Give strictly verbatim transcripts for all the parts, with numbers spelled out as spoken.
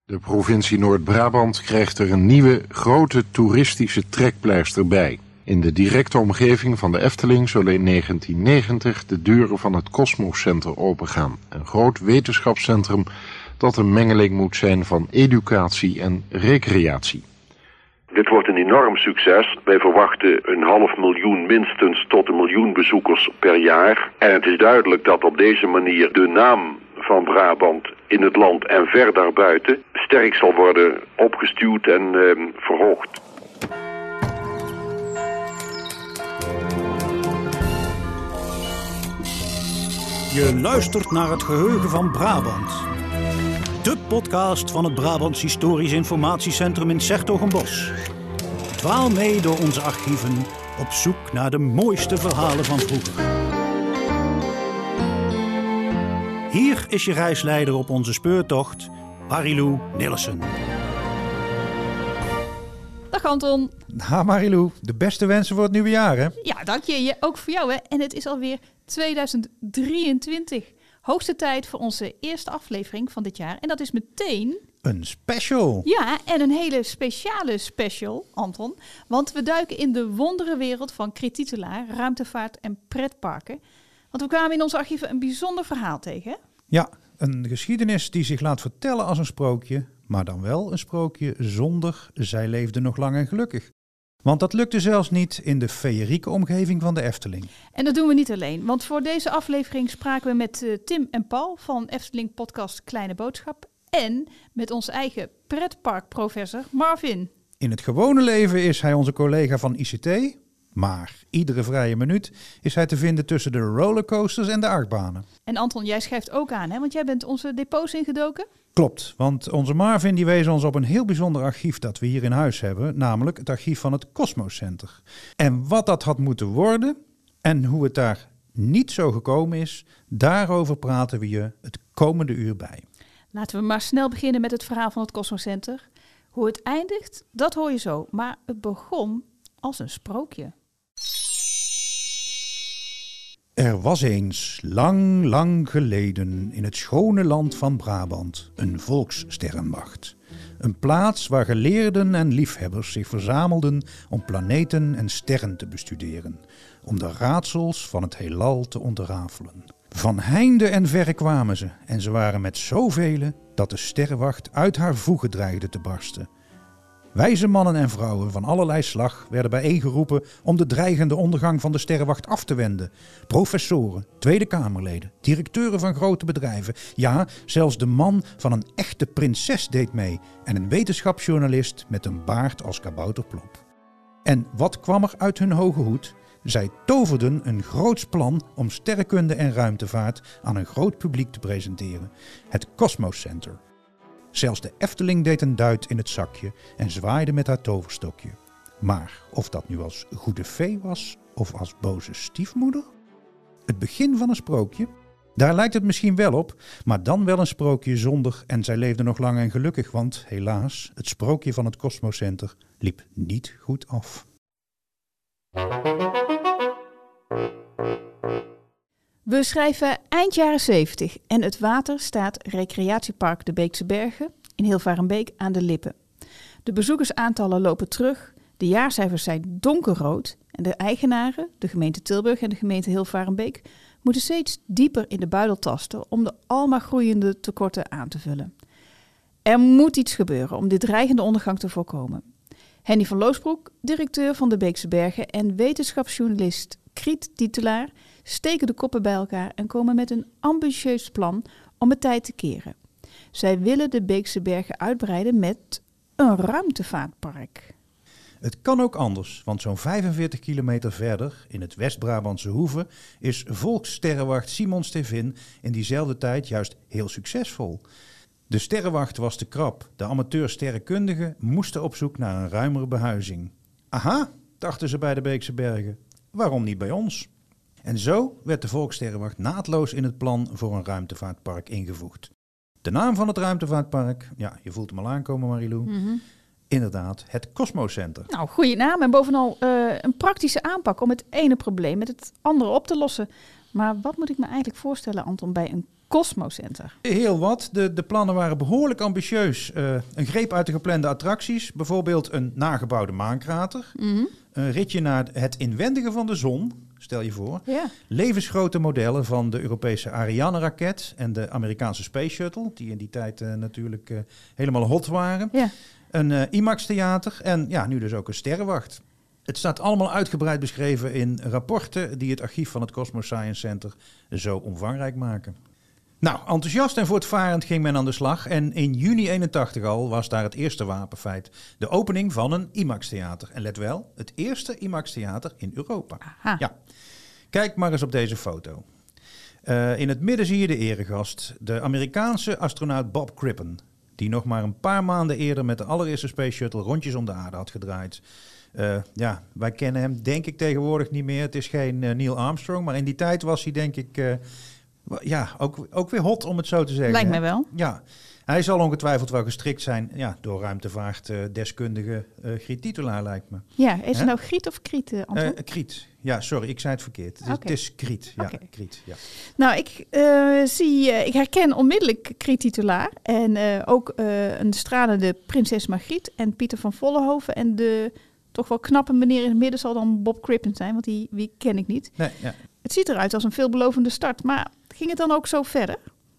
De provincie Noord-Brabant krijgt er een nieuwe, grote toeristische trekpleister bij. In de directe omgeving van de Efteling zullen in negentien negentig de deuren van het Cosmos Center opengaan. Een groot wetenschapscentrum dat een mengeling moet zijn van educatie en recreatie. Dit wordt een enorm succes. Wij verwachten een half miljoen minstens tot een miljoen bezoekers per jaar. En het is duidelijk dat op deze manier de naam van Brabant in het land en ver daarbuiten sterk zal worden opgestuwd en uh, verhoogd. Je luistert naar het Geheugen van Brabant. De podcast van het Brabants Historisch Informatiecentrum in 's-Hertogenbosch. Dwaal mee door onze archieven op zoek naar de mooiste verhalen van vroeger. Hier is je reisleider op onze speurtocht, Marilou Nillissen. Dag Anton. Ha Marilou, de beste wensen voor het nieuwe jaar, hè? Ja, dank je. je. Ook voor jou, hè. En het is alweer tweeduizend drieëntwintig. Hoogste tijd voor onze eerste aflevering van dit jaar. En dat is meteen... Een special. Ja, en een hele speciale special, Anton. Want we duiken in de wonderenwereld van kredietelaar, ruimtevaart en pretparken. Want we kwamen in onze archieven een bijzonder verhaal tegen, hè? Ja, een geschiedenis die zich laat vertellen als een sprookje, maar dan wel een sprookje zonder zij leefde nog lang en gelukkig. Want dat lukte zelfs niet in de feerieke omgeving van de Efteling. En dat doen we niet alleen, want voor deze aflevering spraken we met uh, Tim en Paul van Efteling podcast Kleine Boodschap en met onze eigen pretparkprofessor Marvin. In het gewone leven is hij onze collega van I C T, maar iedere vrije minuut is hij te vinden tussen de rollercoasters en de achtbanen. En Anton, jij schrijft ook aan, hè? Want jij bent onze depots ingedoken. Klopt, want onze Marvin die wees ons op een heel bijzonder archief dat we hier in huis hebben, namelijk het archief van het Cosmos Center. En wat dat had moeten worden en hoe het daar niet zo gekomen is, daarover praten we je het komende uur bij. Laten we maar snel beginnen met het verhaal van het Cosmos Center. Hoe het eindigt, dat hoor je zo, maar het begon als een sprookje. Er was eens, lang, lang geleden, in het schone land van Brabant, een volkssterrenwacht. Een plaats waar geleerden en liefhebbers zich verzamelden om planeten en sterren te bestuderen, om de raadsels van het heelal te ontrafelen. Van heinde en verre kwamen ze, en ze waren met zoveel dat de sterrenwacht uit haar voegen dreigde te barsten. Wijze mannen en vrouwen van allerlei slag werden bijeengeroepen om de dreigende ondergang van de sterrenwacht af te wenden. Professoren, Tweede Kamerleden, directeuren van grote bedrijven. Ja, zelfs de man van een echte prinses deed mee en een wetenschapsjournalist met een baard als kabouterplop. En wat kwam er uit hun hoge hoed? Zij toverden een groots plan om sterrenkunde en ruimtevaart aan een groot publiek te presenteren. Het Cosmos Center. Zelfs de Efteling deed een duit in het zakje en zwaaide met haar toverstokje. Maar of dat nu als goede fee was of als boze stiefmoeder? Het begin van een sprookje? Daar lijkt het misschien wel op, maar dan wel een sprookje zonder en zij leefde nog lang en gelukkig, want helaas, het sprookje van het Cosmos Center liep niet goed af. We schrijven eind jaren zeventig en het water staat recreatiepark de Beekse Bergen in Hilvarenbeek aan de lippen. De bezoekersaantallen lopen terug, de jaarcijfers zijn donkerrood en de eigenaren, de gemeente Tilburg en de gemeente Hilvarenbeek, moeten steeds dieper in de buidel tasten om de almaar groeiende tekorten aan te vullen. Er moet iets gebeuren om dit dreigende ondergang te voorkomen. Henny van Loosbroek, directeur van de Beekse Bergen en wetenschapsjournalist Kriet Titelaar steken de koppen bij elkaar en komen met een ambitieus plan om het tij te keren. Zij willen de Beekse Bergen uitbreiden met een ruimtevaartpark. Het kan ook anders, want zo'n vijfenveertig kilometer verder, in het West-Brabantse Hoeve, is volkssterrenwacht Simon Stevin in diezelfde tijd juist heel succesvol. De sterrenwacht was te krap. De amateur-sterrenkundigen moesten op zoek naar een ruimere behuizing. Aha, dachten ze bij de Beekse Bergen. Waarom niet bij ons? En zo werd de Volkssterrenwacht naadloos in het plan voor een ruimtevaartpark ingevoegd. De naam van het ruimtevaartpark, ja, je voelt hem al aankomen, Marilou. Mm-hmm. Inderdaad, het Cosmos Center. Nou, goede naam en bovenal uh, een praktische aanpak om het ene probleem met het andere op te lossen. Maar wat moet ik me eigenlijk voorstellen, Anton, bij een Cosmocenter. Heel wat. De, de plannen waren behoorlijk ambitieus. Uh, een greep uit de geplande attracties. Bijvoorbeeld een nagebouwde maankrater. Mm-hmm. Een ritje naar het inwendige van de zon. Stel je voor. Ja. Levensgrote modellen van de Europese Ariane-raket en de Amerikaanse Space Shuttle. Die in die tijd uh, natuurlijk uh, helemaal hot waren. Ja. Een uh, IMAX-theater en ja, nu dus ook een sterrenwacht. Het staat allemaal uitgebreid beschreven in rapporten die het archief van het Cosmos Science Center zo omvangrijk maken. Nou, enthousiast en voortvarend ging men aan de slag en in juni eenentachtig al was daar het eerste wapenfeit. De opening van een IMAX-theater. En let wel, het eerste IMAX-theater in Europa. Aha. Ja. Kijk maar eens op deze foto. Uh, in het midden zie je de eregast, de Amerikaanse astronaut Bob Crippen, die nog maar een paar maanden eerder met de allereerste Space Shuttle rondjes om de aarde had gedraaid. Uh, ja, wij kennen hem denk ik tegenwoordig niet meer. Het is geen uh, Neil Armstrong, maar in die tijd was hij denk ik uh, ja, ook, ook weer hot om het zo te zeggen. Lijkt hè? mij wel. Ja, hij zal ongetwijfeld wel gestrikt zijn ja, door ruimtevaartdeskundige uh, Griet Titulaar lijkt me. Ja, is het Hè? nou Griet of Kriet, uh, Anton? Uh, Kriet. Ja, ja, ik zei het verkeerd. Het is, Oké. het is Kriet. Ja, Oké. Kriet, ja. Nou, ik uh, zie, uh, ik herken onmiddellijk Kriet Titulaar en uh, ook uh, een stralende prinses Margriet en Pieter van Vollenhoven en de toch wel knappe meneer in het midden zal dan Bob Crippen zijn, want die wie ken ik niet. Nee, ja. Het ziet eruit als een veelbelovende start, maar ging het dan ook zo verder?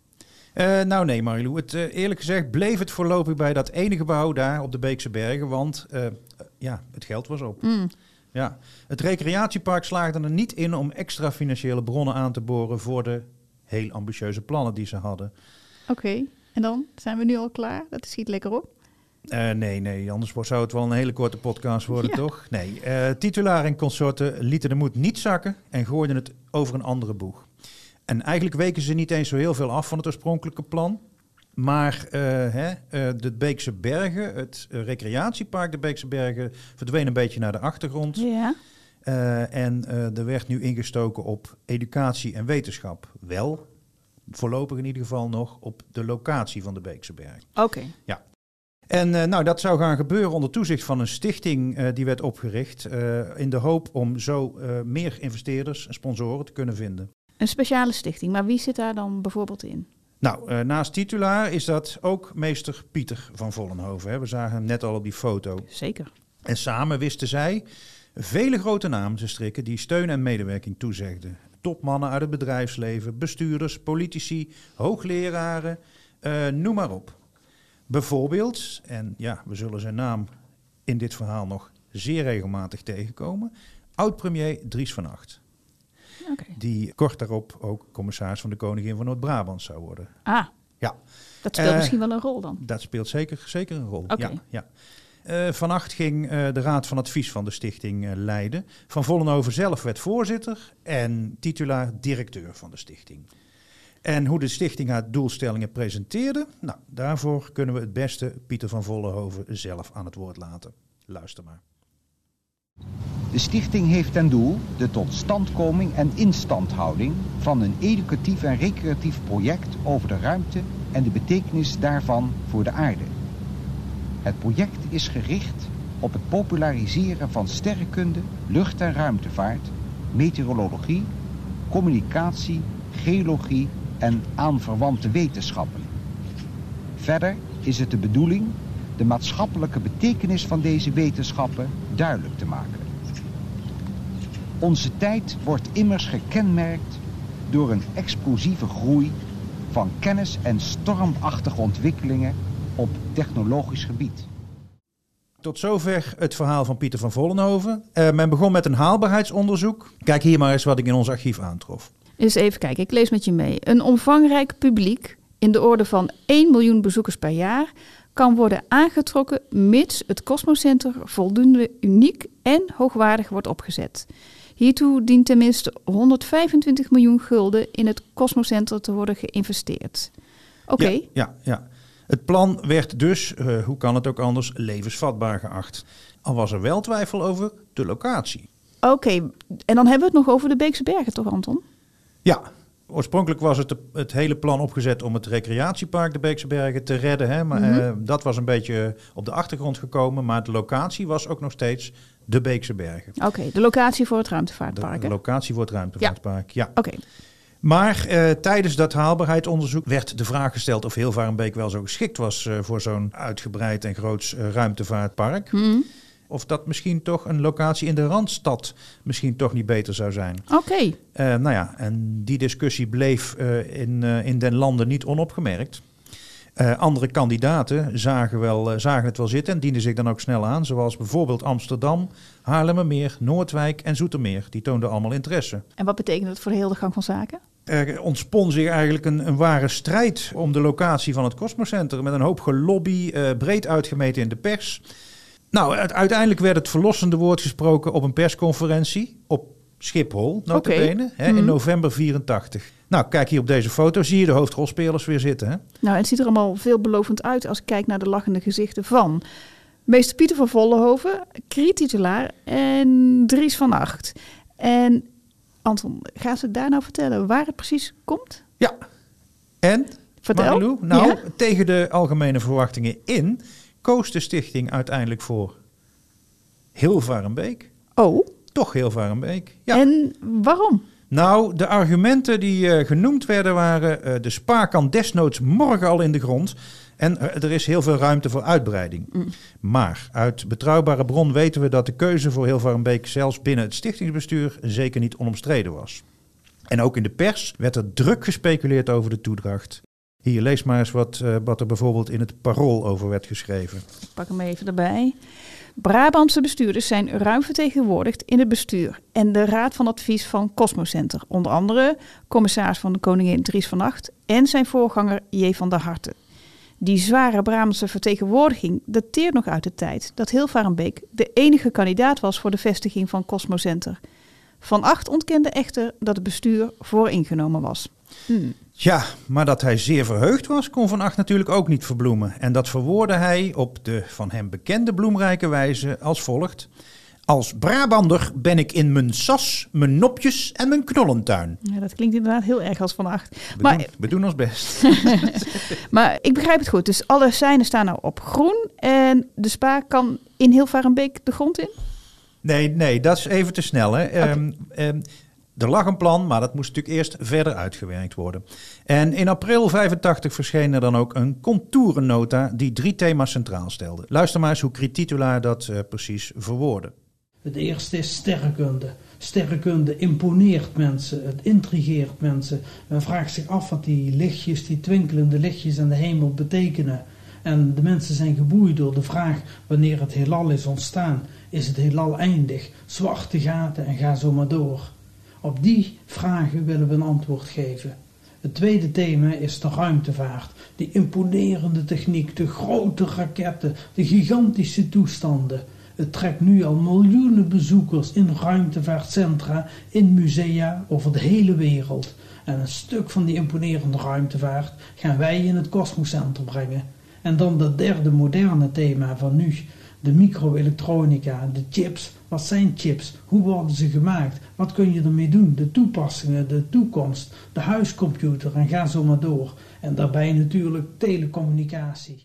Uh, nou nee, Marilou. Het, uh, eerlijk gezegd bleef het voorlopig bij dat ene gebouw daar op de Beekse Bergen, want uh, uh, ja, het geld was op. Mm. Ja. Het recreatiepark slaagde er niet in om extra financiële bronnen aan te boren voor de heel ambitieuze plannen die ze hadden. Oké, okay. En dan zijn we nu al klaar? Dat schiet lekker op. Uh, nee, nee, anders zou het wel een hele korte podcast worden, ja. toch? Nee, uh, Titulaar en consorten lieten de moed niet zakken en gooiden het over een andere boeg. En eigenlijk weken ze niet eens zo heel veel af van het oorspronkelijke plan. Maar uh, hè, uh, de Beekse Bergen, het uh, recreatiepark de Beekse Bergen, verdween een beetje naar de achtergrond. Ja. Uh, en uh, er werd nu ingestoken op educatie en wetenschap. Wel, voorlopig in ieder geval nog, op de locatie van de Beekse Bergen. Oké. Okay. Ja. En uh, nou, dat zou gaan gebeuren onder toezicht van een stichting uh, die werd opgericht uh, in de hoop om zo uh, meer investeerders en sponsoren te kunnen vinden. Een speciale stichting, maar wie zit daar dan bijvoorbeeld in? Nou, uh, naast Titulaar is dat ook meester Pieter van Vollenhoven. Hè. We zagen hem net al op die foto. Zeker. En samen wisten zij vele grote namen te strikken die steun en medewerking toezegden. Topmannen uit het bedrijfsleven, bestuurders, politici, hoogleraren, uh, noem maar op. Bijvoorbeeld, en ja, we zullen zijn naam in dit verhaal nog zeer regelmatig tegenkomen, oud-premier Dries van Acht. Okay. Die kort daarop ook commissaris van de Koningin van Noord-Brabant zou worden. Ah, ja. Dat speelt uh, misschien wel een rol dan? Dat speelt zeker, zeker een rol, Okay. ja. ja. Uh, van Acht ging uh, de raad van advies van de stichting uh, leiden. Van Vollenhoven zelf werd voorzitter en Titulaar directeur van de stichting. En hoe de stichting haar doelstellingen presenteerde, nou, daarvoor kunnen we het beste Pieter van Vollenhoven zelf aan het woord laten. Luister maar. De stichting heeft ten doel de totstandkoming en instandhouding van een educatief en recreatief project over de ruimte en de betekenis daarvan voor de aarde. Het project is gericht op het populariseren van sterrenkunde, lucht- en ruimtevaart, meteorologie, communicatie, geologie en aanverwante wetenschappen. Verder is het de bedoeling de maatschappelijke betekenis van deze wetenschappen duidelijk te maken. Onze tijd wordt immers gekenmerkt door een explosieve groei van kennis en stormachtige ontwikkelingen op technologisch gebied. Tot zover het verhaal van Pieter van Vollenhoven. Uh, men begon met een haalbaarheidsonderzoek. Kijk hier maar eens wat ik in ons archief aantrof. Eens even kijken, ik lees met je mee. Een omvangrijk publiek in de orde van één miljoen bezoekers per jaar kan worden aangetrokken mits het Cosmocenter voldoende uniek en hoogwaardig wordt opgezet. Hiertoe dient tenminste honderdvijfentwintig miljoen gulden in het Cosmocenter te worden geïnvesteerd. Oké. Okay. Ja, ja, ja. Het plan werd dus, uh, hoe kan het ook anders, levensvatbaar geacht. Al was er wel twijfel over de locatie. Oké, okay. En dan hebben we het nog over de Beekse Bergen, toch Anton? Ja, oorspronkelijk was het, het hele plan opgezet om het recreatiepark de Beekse Bergen te redden. Hè? Maar mm-hmm. uh, dat was een beetje op de achtergrond gekomen. Maar de locatie was ook nog steeds de Beekse Bergen. Oké, okay, de locatie voor het ruimtevaartpark. De, de locatie voor het ruimtevaartpark, ja. ja. Oké. Okay. Maar uh, tijdens dat haalbaarheidsonderzoek werd de vraag gesteld of Hilvarenbeek wel zo geschikt was uh, voor zo'n uitgebreid en groots uh, ruimtevaartpark. Hmm. Of dat misschien toch een locatie in de Randstad misschien toch niet beter zou zijn. Oké. Okay. Uh, nou ja, en die discussie bleef uh, in, uh, in den landen niet onopgemerkt. Uh, andere kandidaten zagen, wel, uh, zagen het wel zitten en dienden zich dan ook snel aan. Zoals bijvoorbeeld Amsterdam, Haarlemmermeer, Noordwijk en Zoetermeer. Die toonden allemaal interesse. En wat betekent dat voor de hele gang van zaken? Er ontspon zich eigenlijk een, een ware strijd om de locatie van het Cosmocenter. Met een hoop gelobby, uh, breed uitgemeten in de pers. Nou, uiteindelijk werd het verlossende woord gesproken op een persconferentie op Schiphol, nota bene, okay. hè, mm. in november vierentachtig. Nou, kijk hier op deze foto, zie je de hoofdrolspelers weer zitten. Hè? Nou, het ziet er allemaal veelbelovend uit als ik kijk naar de lachende gezichten van meester Pieter van Vollenhoven, Kriet-titulaar en Dries van Acht. En Anton, gaan ze daar nou vertellen waar het precies komt? Ja, en? Vertel. Marilou, nou, ja? tegen de algemene verwachtingen in koos de stichting uiteindelijk voor Hilvarenbeek. Oh. Toch Hilvarenbeek. Ja. En waarom? Nou, de argumenten die uh, genoemd werden waren... Uh, de spa kan desnoods morgen al in de grond... en uh, er is heel veel ruimte voor uitbreiding. Mm. Maar uit betrouwbare bron weten we dat de keuze voor Hilvarenbeek... zelfs binnen het stichtingsbestuur zeker niet onomstreden was. En ook in de pers werd er druk gespeculeerd over de toedracht. Hier, lees maar eens wat, uh, wat er bijvoorbeeld in het Parool over werd geschreven. Ik pak hem even erbij. Brabantse bestuurders zijn ruim vertegenwoordigd in het bestuur en de raad van advies van Cosmocenter. Onder andere commissaris van de Koningin Dries van Acht en zijn voorganger J. van der Harten. Die zware Brabantse vertegenwoordiging dateert nog uit de tijd dat Hilvarenbeek de enige kandidaat was voor de vestiging van Cosmocenter. Van Acht ontkende echter dat het bestuur vooringenomen was. Hmm. Ja, maar dat hij zeer verheugd was, kon Van Acht natuurlijk ook niet verbloemen. En dat verwoordde hij op de van hem bekende bloemrijke wijze als volgt. Als Brabander ben ik in mijn sas, mijn nopjes en mijn knollentuin. Ja, dat klinkt inderdaad heel erg als Van Acht. We, maar, doen, we doen ons best. Maar ik begrijp het goed. Dus alle seinen staan nou op groen en de spa kan in Hilvarenbeek de grond in? Nee, nee, dat is even te snel. Hè. Okay. Um, um, Er lag een plan, maar dat moest natuurlijk eerst verder uitgewerkt worden. En in april vijfentachtig verscheen er dan ook een contourennota die drie thema's centraal stelde. Luister maar eens hoe Kriet-titulaar dat uh, precies verwoordde. Het eerste is sterrenkunde. Sterrenkunde imponeert mensen, het intrigeert mensen. Men vraagt zich af wat die lichtjes, die twinkelende lichtjes aan de hemel betekenen. En de mensen zijn geboeid door de vraag wanneer het heelal is ontstaan. Is het heelal eindig? Zwarte gaten en ga zo maar door. Op die vragen willen we een antwoord geven. Het tweede thema is de ruimtevaart. Die imponerende techniek, de grote raketten, de gigantische toestanden. Het trekt nu al miljoenen bezoekers in ruimtevaartcentra, in musea over de hele wereld. En een stuk van die imponerende ruimtevaart gaan wij in het Cosmocenter brengen. En dan dat derde moderne thema van nu. De microelektronica, de chips. Wat zijn chips? Hoe worden ze gemaakt? Wat kun je ermee doen? De toepassingen, de toekomst, de huiscomputer en ga zo maar door. En daarbij natuurlijk telecommunicatie.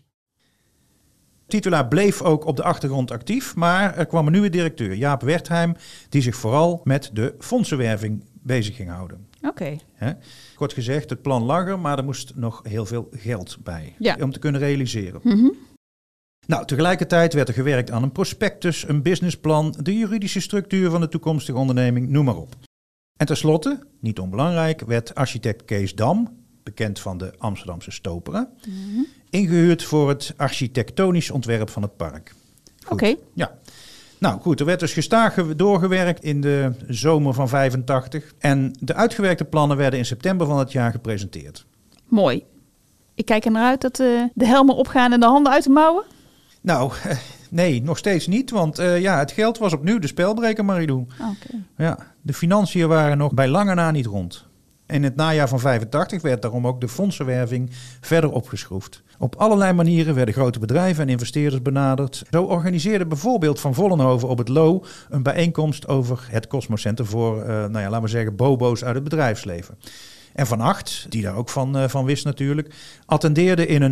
Titulaar bleef ook op de achtergrond actief, maar er kwam een nieuwe directeur, Jaap Wertheim, die zich vooral met de fondsenwerving bezig ging houden. Oké. Okay. Kort gezegd, het plan lag er, maar er moest nog heel veel geld bij ja. om te kunnen realiseren. Mm-hmm. Nou, tegelijkertijd werd er gewerkt aan een prospectus, een businessplan, de juridische structuur van de toekomstige onderneming, noem maar op. En tenslotte, niet onbelangrijk, werd architect Kees Dam, bekend van de Amsterdamse Stopera, mm-hmm. ingehuurd voor het architectonisch ontwerp van het park. Oké. Okay. Ja. Nou goed, er werd dus gestaag doorgewerkt in de zomer van vijfentachtig. En de uitgewerkte plannen werden in september van het jaar gepresenteerd. Mooi. Ik kijk er naar uit dat uh, de helmen opgaan en de handen uit de mouwen. Nou, uh, nee, nog steeds niet. Want uh, ja, het geld was opnieuw de spelbreker, Marilou. Okay. Ja, de financiën waren nog bij lange na niet rond. In het najaar van vijfentachtig werd daarom ook de fondsenwerving verder opgeschroefd. Op allerlei manieren werden grote bedrijven en investeerders benaderd. Zo organiseerde bijvoorbeeld Van Vollenhoven op het Loo een bijeenkomst over het Cosmocenter voor, uh, nou ja, laten we zeggen, bobo's uit het bedrijfsleven. En Van Acht, die daar ook van, uh, van wist natuurlijk, attendeerde in een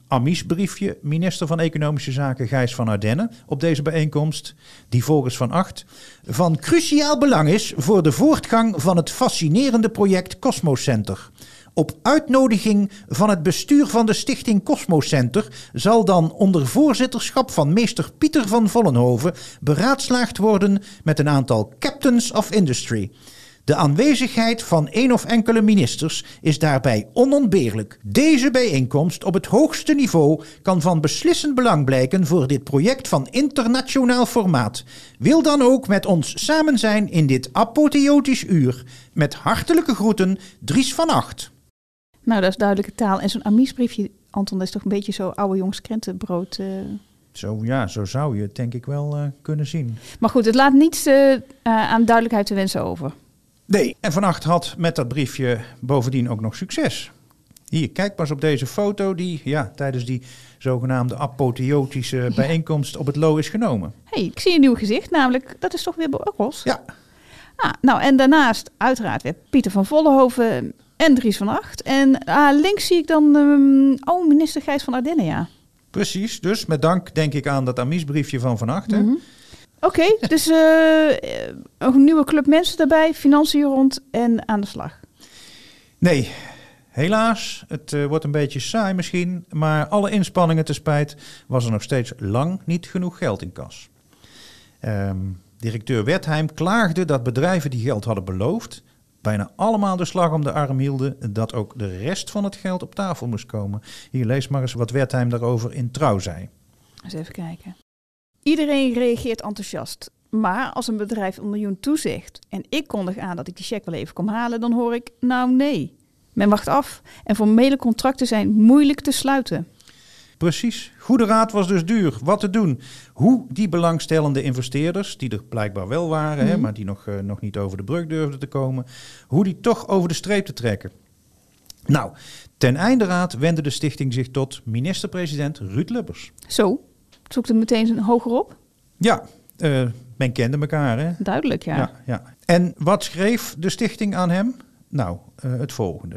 Amice-briefje, minister van Economische Zaken Gijs van Ardenne, op deze bijeenkomst, die volgens Van Agt van cruciaal belang is voor de voortgang van het fascinerende project Cosmocenter. Op uitnodiging van het bestuur van de stichting Cosmocenter zal dan onder voorzitterschap van meester Pieter van Vollenhoven beraadslaagd worden met een aantal captains of industry. De aanwezigheid van één of enkele ministers is daarbij onontbeerlijk. Deze bijeenkomst op het hoogste niveau kan van beslissend belang blijken voor dit project van internationaal formaat. Wil dan ook met ons samen zijn in dit apotheotisch uur. Met hartelijke groeten, Dries van Agt. Nou, dat is duidelijke taal. En zo'n Amice-briefje, Anton, dat is toch een beetje zo oude jongs krentenbrood. Uh... Zo, ja, zo zou je het denk ik wel uh, kunnen zien. Maar goed, het laat niets uh, uh, aan duidelijkheid te wensen over. Nee, en Van Agt had met dat briefje bovendien ook nog succes. Hier, kijk maar eens op deze foto die ja, tijdens die zogenaamde apotheotische ja. bijeenkomst op het Loo is genomen. Hé, hey, ik zie een nieuw gezicht, namelijk dat is toch weer Burgos? Ja. Ah, nou, en daarnaast uiteraard weer Pieter van Vollenhoven en Dries van Agt. En ah, links zie ik dan, um, oh, minister Gijs van Ardenne, ja. Precies, dus met dank denk ik aan dat Amice-briefje van Van Agt. Mm-hmm. Oké, okay, dus uh, een nieuwe club mensen daarbij, financiën rond en aan de slag. Nee, helaas. Het uh, wordt een beetje saai misschien. Maar alle inspanningen te spijt was er nog steeds lang niet genoeg geld in kas. Um, directeur Wertheim klaagde dat bedrijven die geld hadden beloofd bijna allemaal de slag om de arm hielden, dat ook de rest van het geld op tafel moest komen. Hier, lees maar eens wat Wertheim daarover in Trouw zei. Eens even kijken. Iedereen reageert enthousiast. Maar als een bedrijf een miljoen toezegt en ik kondig aan dat ik die cheque wel even kom halen, dan hoor ik, nou nee. Men wacht af en formele contracten zijn moeilijk te sluiten. Precies. Goede raad was dus duur. Wat te doen? Hoe die belangstellende investeerders, die er blijkbaar wel waren, mm. hè, maar die nog, uh, nog niet over de brug durfden te komen, hoe die toch over de streep te trekken. Nou, ten einde raad wendde de stichting zich tot minister-president Ruud Lubbers. Zo, zoekt het meteen hoger op? Ja, uh, men kende elkaar. Hè? Duidelijk, ja. ja, ja. En wat schreef de stichting aan hem? Nou, uh, het volgende.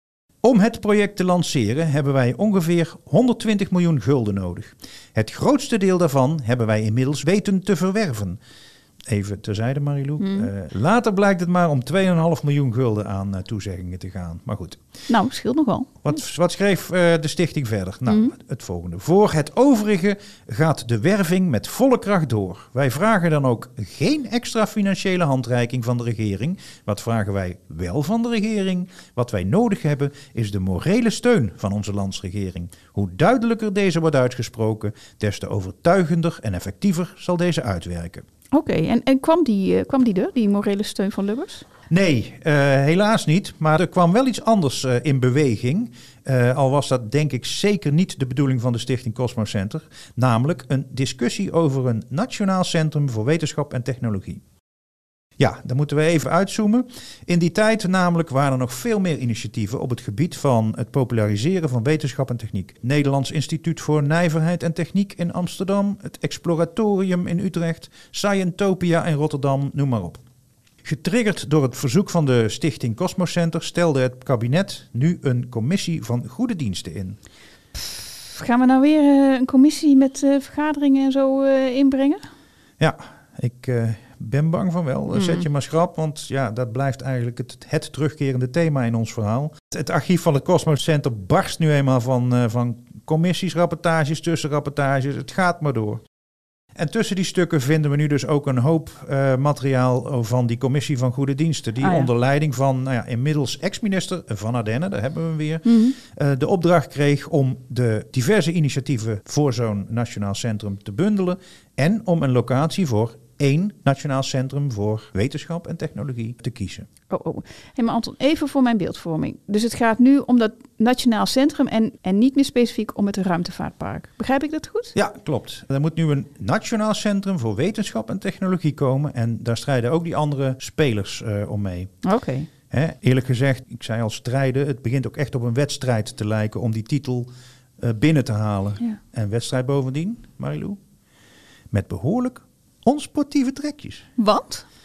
Om het project te lanceren hebben wij ongeveer honderdtwintig miljoen gulden nodig. Het grootste deel daarvan hebben wij inmiddels weten te verwerven. Even terzijde, Marilou. Hmm. Uh, later blijkt het maar om twee komma vijf miljoen gulden aan uh, toezeggingen te gaan. Maar goed. Nou, scheelt nogal. Wat, wat schreef uh, de stichting verder? Nou, hmm. het volgende. Voor het overige gaat de werving met volle kracht door. Wij vragen dan ook geen extra financiële handreiking van de regering. Wat vragen wij wel van de regering? Wat wij nodig hebben is de morele steun van onze landsregering. Hoe duidelijker deze wordt uitgesproken, des te overtuigender en effectiever zal deze uitwerken. Oké, okay, en, en kwam, die, uh, kwam die er, die morele steun van Lubbers? Nee, uh, helaas niet. Maar er kwam wel iets anders uh, in beweging. Uh, al was dat denk ik zeker niet de bedoeling van de stichting Cosmocenter. Namelijk een discussie over een nationaal centrum voor wetenschap en technologie. Ja, daar moeten we even uitzoomen. In die tijd namelijk waren er nog veel meer initiatieven op het gebied van het populariseren van wetenschap en techniek. Nederlands Instituut voor Nijverheid en Techniek in Amsterdam, het Exploratorium in Utrecht, Scientopia in Rotterdam, noem maar op. Getriggerd door het verzoek van de stichting Cosmocenter stelde het kabinet nu een commissie van goede diensten in. Pff, gaan we nou weer uh, een commissie met uh, vergaderingen en zo uh, inbrengen? Ja, ik... Uh, ben bang van wel. Mm. Zet je maar schrap, want ja, dat blijft eigenlijk het, het terugkerende thema in ons verhaal. Het archief van het Cosmocenter barst nu eenmaal van, uh, van commissies, rapportages, tussenrapportages. Het gaat maar door. En tussen die stukken vinden we nu dus ook een hoop uh, materiaal van die commissie van goede diensten. Die ah, ja. onder leiding van nou ja, inmiddels ex-minister Van Ardenne, daar hebben we hem weer, mm-hmm. uh, de opdracht kreeg om de diverse initiatieven voor zo'n nationaal centrum te bundelen. En om een locatie voor één nationaal centrum voor wetenschap en technologie te kiezen. Oh, oh. Hey, maar Anton, even voor mijn beeldvorming. Dus het gaat nu om dat nationaal centrum en, en niet meer specifiek om het ruimtevaartpark. Begrijp ik dat goed? Ja, klopt. Er moet nu een nationaal centrum voor wetenschap en technologie komen. En daar strijden ook die andere spelers uh, om mee. Oké. Okay. Hè, eerlijk gezegd, ik zei al strijden. Het begint ook echt op een wedstrijd te lijken om die titel uh, binnen te halen. Ja. En wedstrijd bovendien, Marilou, met behoorlijk onsportieve trekjes. Wat?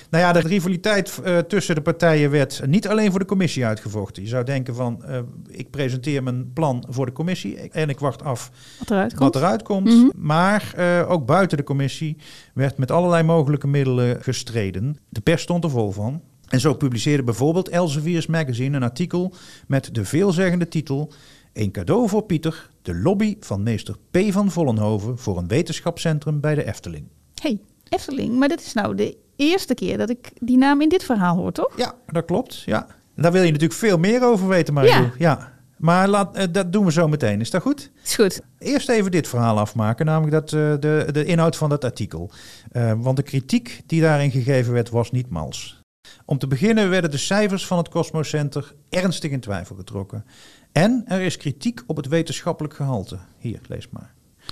Nou ja, de rivaliteit uh, tussen de partijen werd niet alleen voor de commissie uitgevochten. Je zou denken van, uh, ik presenteer mijn plan voor de commissie en ik wacht af wat eruit komt. Wat eruit komt. Mm-hmm. Maar uh, ook buiten de commissie werd met allerlei mogelijke middelen gestreden. De pers stond er vol van. En zo publiceerde bijvoorbeeld Elsevier's Magazine een artikel met de veelzeggende titel: Een cadeau voor Pieter, de lobby van meester P. van Vollenhoven voor een wetenschapscentrum bij de Efteling. Hey, Efteling, maar dit is nou de eerste keer dat ik die naam in dit verhaal hoor, toch? Ja, dat klopt. Ja. Daar wil je natuurlijk veel meer over weten, Mario. Ja. ja. Maar laat, uh, dat doen we zo meteen. Is dat goed? Is goed. Eerst even dit verhaal afmaken, namelijk dat, uh, de, de inhoud van dat artikel. Uh, want de kritiek die daarin gegeven werd was niet mals. Om te beginnen werden de cijfers van het Cosmos Center ernstig in twijfel getrokken. En er is kritiek op het wetenschappelijk gehalte. Hier, lees maar.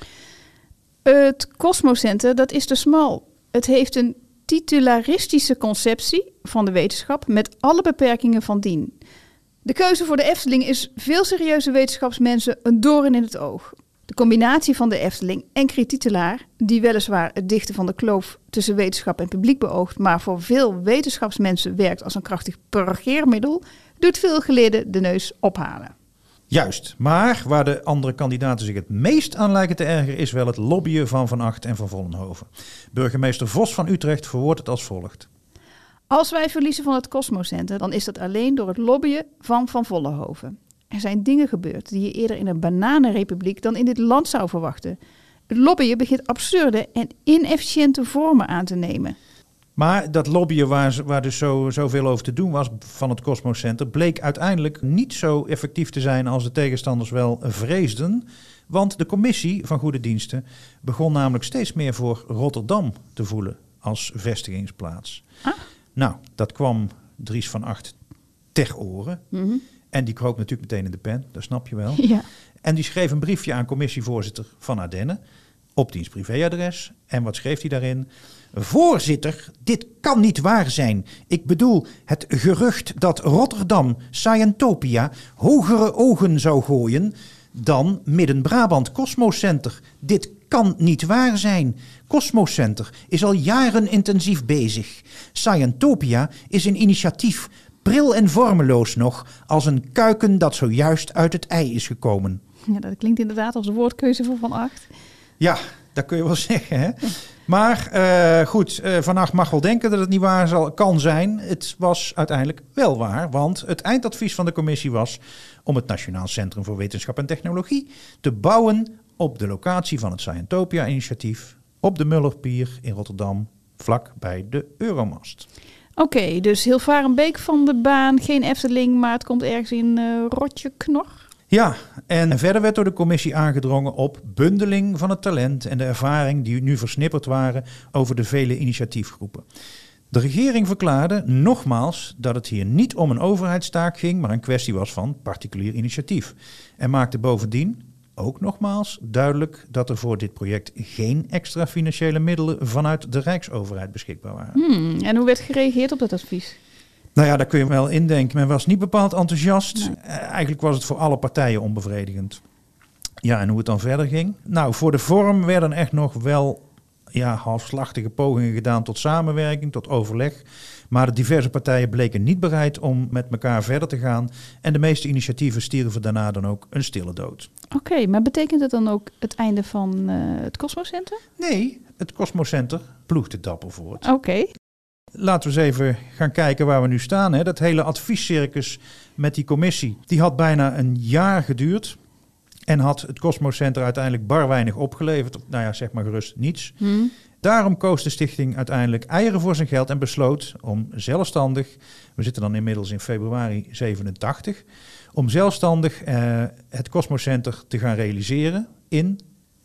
Het Cosmos Center, dat is te smal. Het heeft een titularistische conceptie van de wetenschap met alle beperkingen van dien. De keuze voor de Efteling is veel serieuze wetenschapsmensen een doorn in het oog. De combinatie van de Efteling en kritietelaar, die weliswaar het dichten van de kloof tussen wetenschap en publiek beoogt, maar voor veel wetenschapsmensen werkt als een krachtig purgeermiddel, doet veel geleerden de neus ophalen. Juist, maar waar de andere kandidaten zich het meest aan lijken te ergeren is wel het lobbyen van Van Agt en van Vollenhoven. Burgemeester Vos van Utrecht verwoordt het als volgt. Als wij verliezen van het Cosmos Center, dan is dat alleen door het lobbyen van Van Vollenhoven. Er zijn dingen gebeurd die je eerder in een bananenrepubliek dan in dit land zou verwachten. Het lobbyen begint absurde en inefficiënte vormen aan te nemen. Maar dat lobbyen waar, waar dus zo, zoveel over te doen was van het Cosmos Center bleek uiteindelijk niet zo effectief te zijn als de tegenstanders wel vreesden. Want de commissie van goede diensten begon namelijk steeds meer voor Rotterdam te voelen als vestigingsplaats. Ah. Nou, dat kwam Dries van Agt ter oren. Mm-hmm. En die kroop natuurlijk meteen in de pen, dat snap je wel. Ja. En die schreef een briefje aan commissievoorzitter Van Ardenne op diens privéadres. En wat schreef hij daarin? Voorzitter, dit kan niet waar zijn. Ik bedoel, het gerucht dat Rotterdam Scientopia hogere ogen zou gooien dan Midden-Brabant Cosmos Center. Dit kan niet waar zijn. Cosmos Center is al jaren intensief bezig. Scientopia is een initiatief, pril en vormeloos nog, als een kuiken dat zojuist uit het ei is gekomen. Ja, dat klinkt inderdaad als de woordkeuze van Van Agt. Ja, dat kun je wel zeggen, hè? Maar uh, goed, uh, Van Agt mag wel denken dat het niet waar zal, kan zijn. Het was uiteindelijk wel waar, want het eindadvies van de commissie was om het Nationaal Centrum voor Wetenschap en Technologie te bouwen op de locatie van het Scientopia-initiatief op de Mullerpier in Rotterdam, vlak bij de Euromast. Oké, okay, dus Hilvarenbeek van de baan, geen Efteling, maar het komt ergens in uh, Rotjeknor. Ja, en verder werd door de commissie aangedrongen op bundeling van het talent en de ervaring die nu versnipperd waren over de vele initiatiefgroepen. De regering verklaarde nogmaals dat het hier niet om een overheidstaak ging, maar een kwestie was van particulier initiatief. En maakte bovendien ook nogmaals duidelijk dat er voor dit project geen extra financiële middelen vanuit de Rijksoverheid beschikbaar waren. Hmm, en hoe werd gereageerd op dat advies? Nou ja, daar kun je wel indenken. Men was niet bepaald enthousiast. Nee. Uh, eigenlijk was het voor alle partijen onbevredigend. Ja, en hoe het dan verder ging? Nou, voor de vorm werden echt nog wel ja, halfslachtige pogingen gedaan tot samenwerking, tot overleg. Maar de diverse partijen bleken niet bereid om met elkaar verder te gaan. En de meeste initiatieven stierven daarna dan ook een stille dood. Oké, okay, maar betekent het dan ook het einde van uh, het Cosmos Center? Nee, het Cosmos Center ploegde dapper voort. Oké. Okay. Laten we eens even gaan kijken waar we nu staan. Hè. Dat hele adviescircus met die commissie, die had bijna een jaar geduurd. En had het Cosmos Center uiteindelijk bar weinig opgeleverd. Nou ja, zeg maar gerust niets. Hmm. Daarom koos de stichting uiteindelijk eieren voor zijn geld en besloot om zelfstandig, we zitten dan inmiddels in februari zevenentachtig, om zelfstandig uh, het Cosmos Center te gaan realiseren in,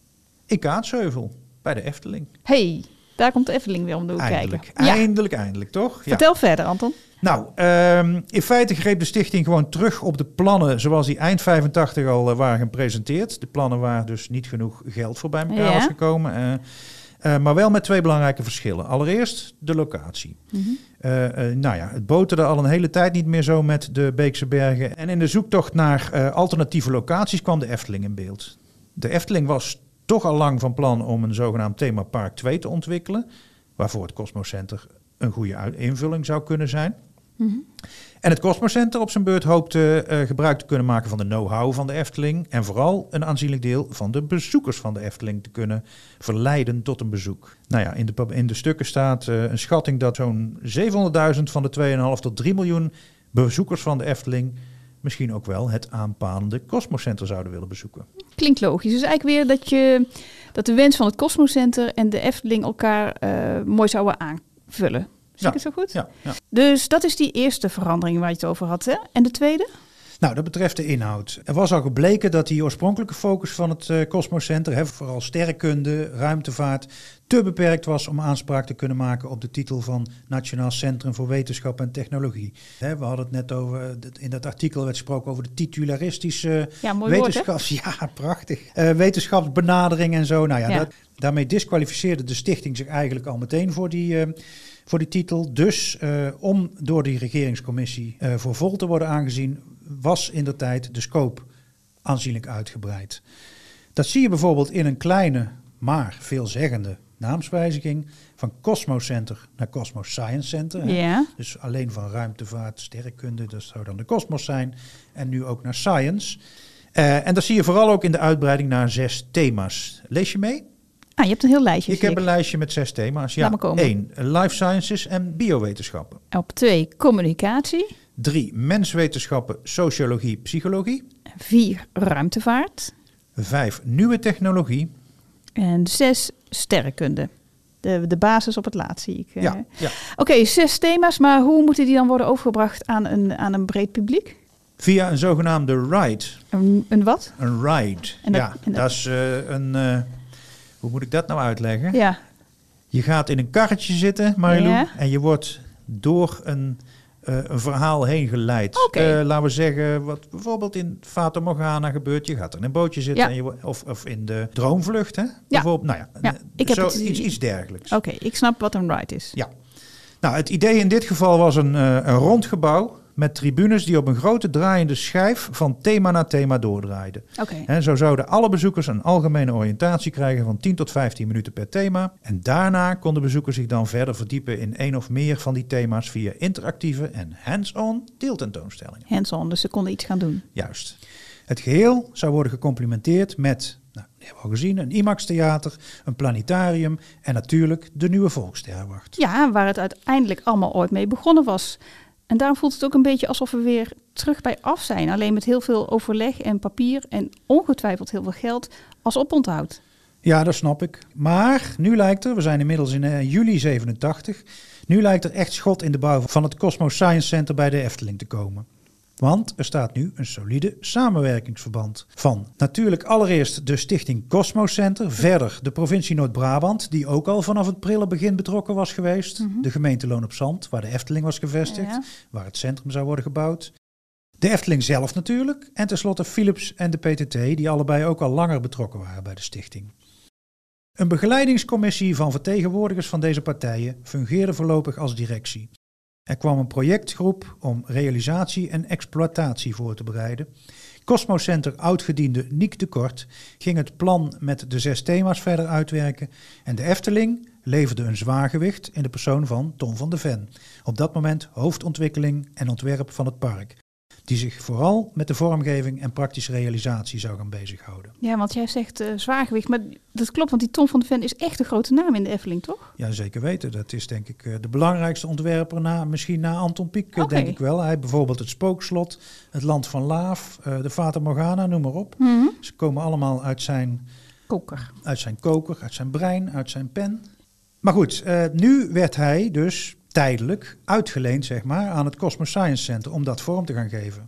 in Kaatsheuvel, bij de Efteling. Hey, daar komt de Efteling weer om de hoek eindelijk, kijken. Eindelijk, ja. eindelijk, toch? Vertel ja. verder, Anton. Nou, um, in feite greep de stichting gewoon terug op de plannen zoals die eind vijfentachtig al uh, waren gepresenteerd. De plannen waar dus niet genoeg geld voor bij elkaar ja. was gekomen. Uh, uh, maar wel met twee belangrijke verschillen. Allereerst de locatie. Mm-hmm. Uh, uh, nou ja, het boterde al een hele tijd niet meer zo met de Beekse Bergen. En in de zoektocht naar uh, alternatieve locaties kwam de Efteling in beeld. De Efteling was toch al lang van plan om een zogenaamd themapark twee te ontwikkelen, waarvoor het Cosmos Center een goede uit- invulling zou kunnen zijn. Mm-hmm. En het Cosmos Center op zijn beurt hoopte uh, gebruik te kunnen maken van de know-how van de Efteling. En vooral een aanzienlijk deel van de bezoekers van de Efteling te kunnen verleiden tot een bezoek. Nou ja, in de, in de stukken staat uh, een schatting dat zo'n zevenhonderdduizend van de twee komma vijf tot drie miljoen bezoekers van de Efteling misschien ook wel het aanpalende Cosmos Center zouden willen bezoeken. Klinkt logisch. Dus eigenlijk weer dat, je, dat de wens van het Cosmos Center en de Efteling elkaar uh, mooi zouden aanvullen. Zie ik het zo goed? Ja, ja. Dus dat is die eerste verandering waar je het over had. Hè? En de tweede? Nou, dat betreft de inhoud. Er was al gebleken dat die oorspronkelijke focus van het uh, Cosmos Center, hè, vooral sterrenkunde, ruimtevaart, te beperkt was om aanspraak te kunnen maken op de titel van Nationaal Centrum voor Wetenschap en Technologie. Hè, we hadden het net over, in dat artikel werd gesproken over de titularistische ja, mooi wetenschaps... woord, ja, prachtig. Uh, wetenschapsbenadering en zo. Nou ja, ja. Dat, daarmee disqualificeerde de stichting zich eigenlijk al meteen voor die... Uh, voor die titel. Dus uh, om door die regeringscommissie uh, voor vol te worden aangezien, was in de tijd de scope aanzienlijk uitgebreid. Dat zie je bijvoorbeeld in een kleine, maar veelzeggende naamswijziging van Cosmos Center naar Cosmos Science Center. Hè? Ja. Dus alleen van ruimtevaart, sterrenkunde, dat zou dan de Cosmos zijn. En nu ook naar Science. Uh, en dat zie je vooral ook in de uitbreiding naar zes thema's. Lees je mee? Ah, je hebt een heel lijstje. Ik heb een lijstje met zes thema's. Ja. Laat me komen. één. Life Sciences en biowetenschappen. Op twee. Communicatie. drie. Menswetenschappen, sociologie, psychologie. vier. Ruimtevaart. vijf. Nieuwe technologie. En zes. Sterrenkunde. De, de basis op het laatst zie ik. Ja, ja. Oké, okay, zes thema's. Maar hoe moeten die dan worden overgebracht aan een, aan een breed publiek? Via een zogenaamde ride. Een, een wat? Een ride. En dat, ja, en dat... dat is uh, een... Uh, hoe moet ik dat nou uitleggen? Ja. Je gaat in een karretje zitten, Marilou, ja. en je wordt door een, uh, een verhaal heen geleid. Okay. Uh, laten we zeggen, wat bijvoorbeeld in Fata Morgana gebeurt. Je gaat er in een bootje zitten, ja. en je, of, of in de Droomvlucht. Hè? Ja. Bijvoorbeeld, nou ja, ja. Ik heb zo, het... iets, iets dergelijks. Oké, okay, ik snap wat een ride is. Ja. Nou, het idee in dit geval was een, uh, een rond gebouw met tribunes die op een grote draaiende schijf van thema naar thema doordraaiden. Okay. En zo zouden alle bezoekers een algemene oriëntatie krijgen van tien tot vijftien minuten per thema. En daarna konden bezoekers zich dan verder verdiepen in één of meer van die thema's via interactieve en hands-on deeltentoonstellingen. Hands-on, dus ze konden iets gaan doen. Juist. Het geheel zou worden gecomplimenteerd met, nou, dat hebben we al gezien, een IMAX-theater, een planetarium en natuurlijk de nieuwe Volkssterrenwacht. Ja, waar het uiteindelijk allemaal ooit mee begonnen was. En daarom voelt het ook een beetje alsof we weer terug bij af zijn. Alleen met heel veel overleg en papier en ongetwijfeld heel veel geld als oponthoud. Ja, dat snap ik. Maar nu lijkt er, we zijn inmiddels in uh, juli zevenentachtig... nu lijkt er echt schot in de bouw van het Cosmos Science Center bij de Efteling te komen. Want er staat nu een solide samenwerkingsverband van natuurlijk allereerst de stichting Cosmos Center, verder de provincie Noord-Brabant, die ook al vanaf het prille begin betrokken was geweest, mm-hmm. de gemeente Loon op Zand, waar de Efteling was gevestigd, ja. waar het centrum zou worden gebouwd. De Efteling zelf natuurlijk en tenslotte Philips en de P T T, die allebei ook al langer betrokken waren bij de stichting. Een begeleidingscommissie van vertegenwoordigers van deze partijen fungeerde voorlopig als directie. Er kwam een projectgroep om realisatie en exploitatie voor te bereiden. Cosmos Center oudgediende Niek de Kort ging het plan met de zes thema's verder uitwerken. En de Efteling leverde een zwaargewicht in de persoon van Tom van de Ven. Op dat moment hoofdontwikkeling en ontwerp van het park. Die zich vooral met de vormgeving en praktische realisatie zou gaan bezighouden. Ja, want jij zegt uh, zwaargewicht, maar dat klopt, want die Tom van de Ven is echt een grote naam in de Efteling, toch? Ja, zeker weten. Dat is denk ik uh, de belangrijkste ontwerper, na, misschien na Anton Pieck, Okay. denk ik wel. Hij heeft bijvoorbeeld het Spookslot, het Land van Laaf, uh, de Fata Morgana, noem maar op. Mm-hmm. Ze komen allemaal uit zijn koker, uit zijn, koker, uit zijn brein, uit zijn pen. Maar goed, uh, nu werd hij dus tijdelijk uitgeleend, zeg maar, aan het Cosmos Science Center om dat vorm te gaan geven.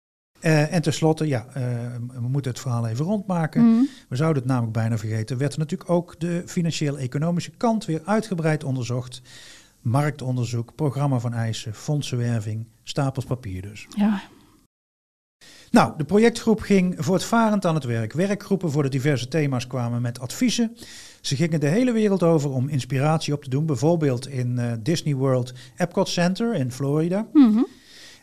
Uh, en tenslotte, ja, uh, we moeten het verhaal even rondmaken. Mm. We zouden het namelijk bijna vergeten. Werd natuurlijk ook de financieel-economische kant weer uitgebreid onderzocht. Marktonderzoek, programma van eisen, fondsenwerving, stapels papier dus. Ja. Nou, de projectgroep ging voortvarend aan het werk. Werkgroepen voor de diverse thema's kwamen met adviezen. Ze gingen de hele wereld over om inspiratie op te doen. Bijvoorbeeld in uh, Disney World Epcot Center in Florida. Mm-hmm.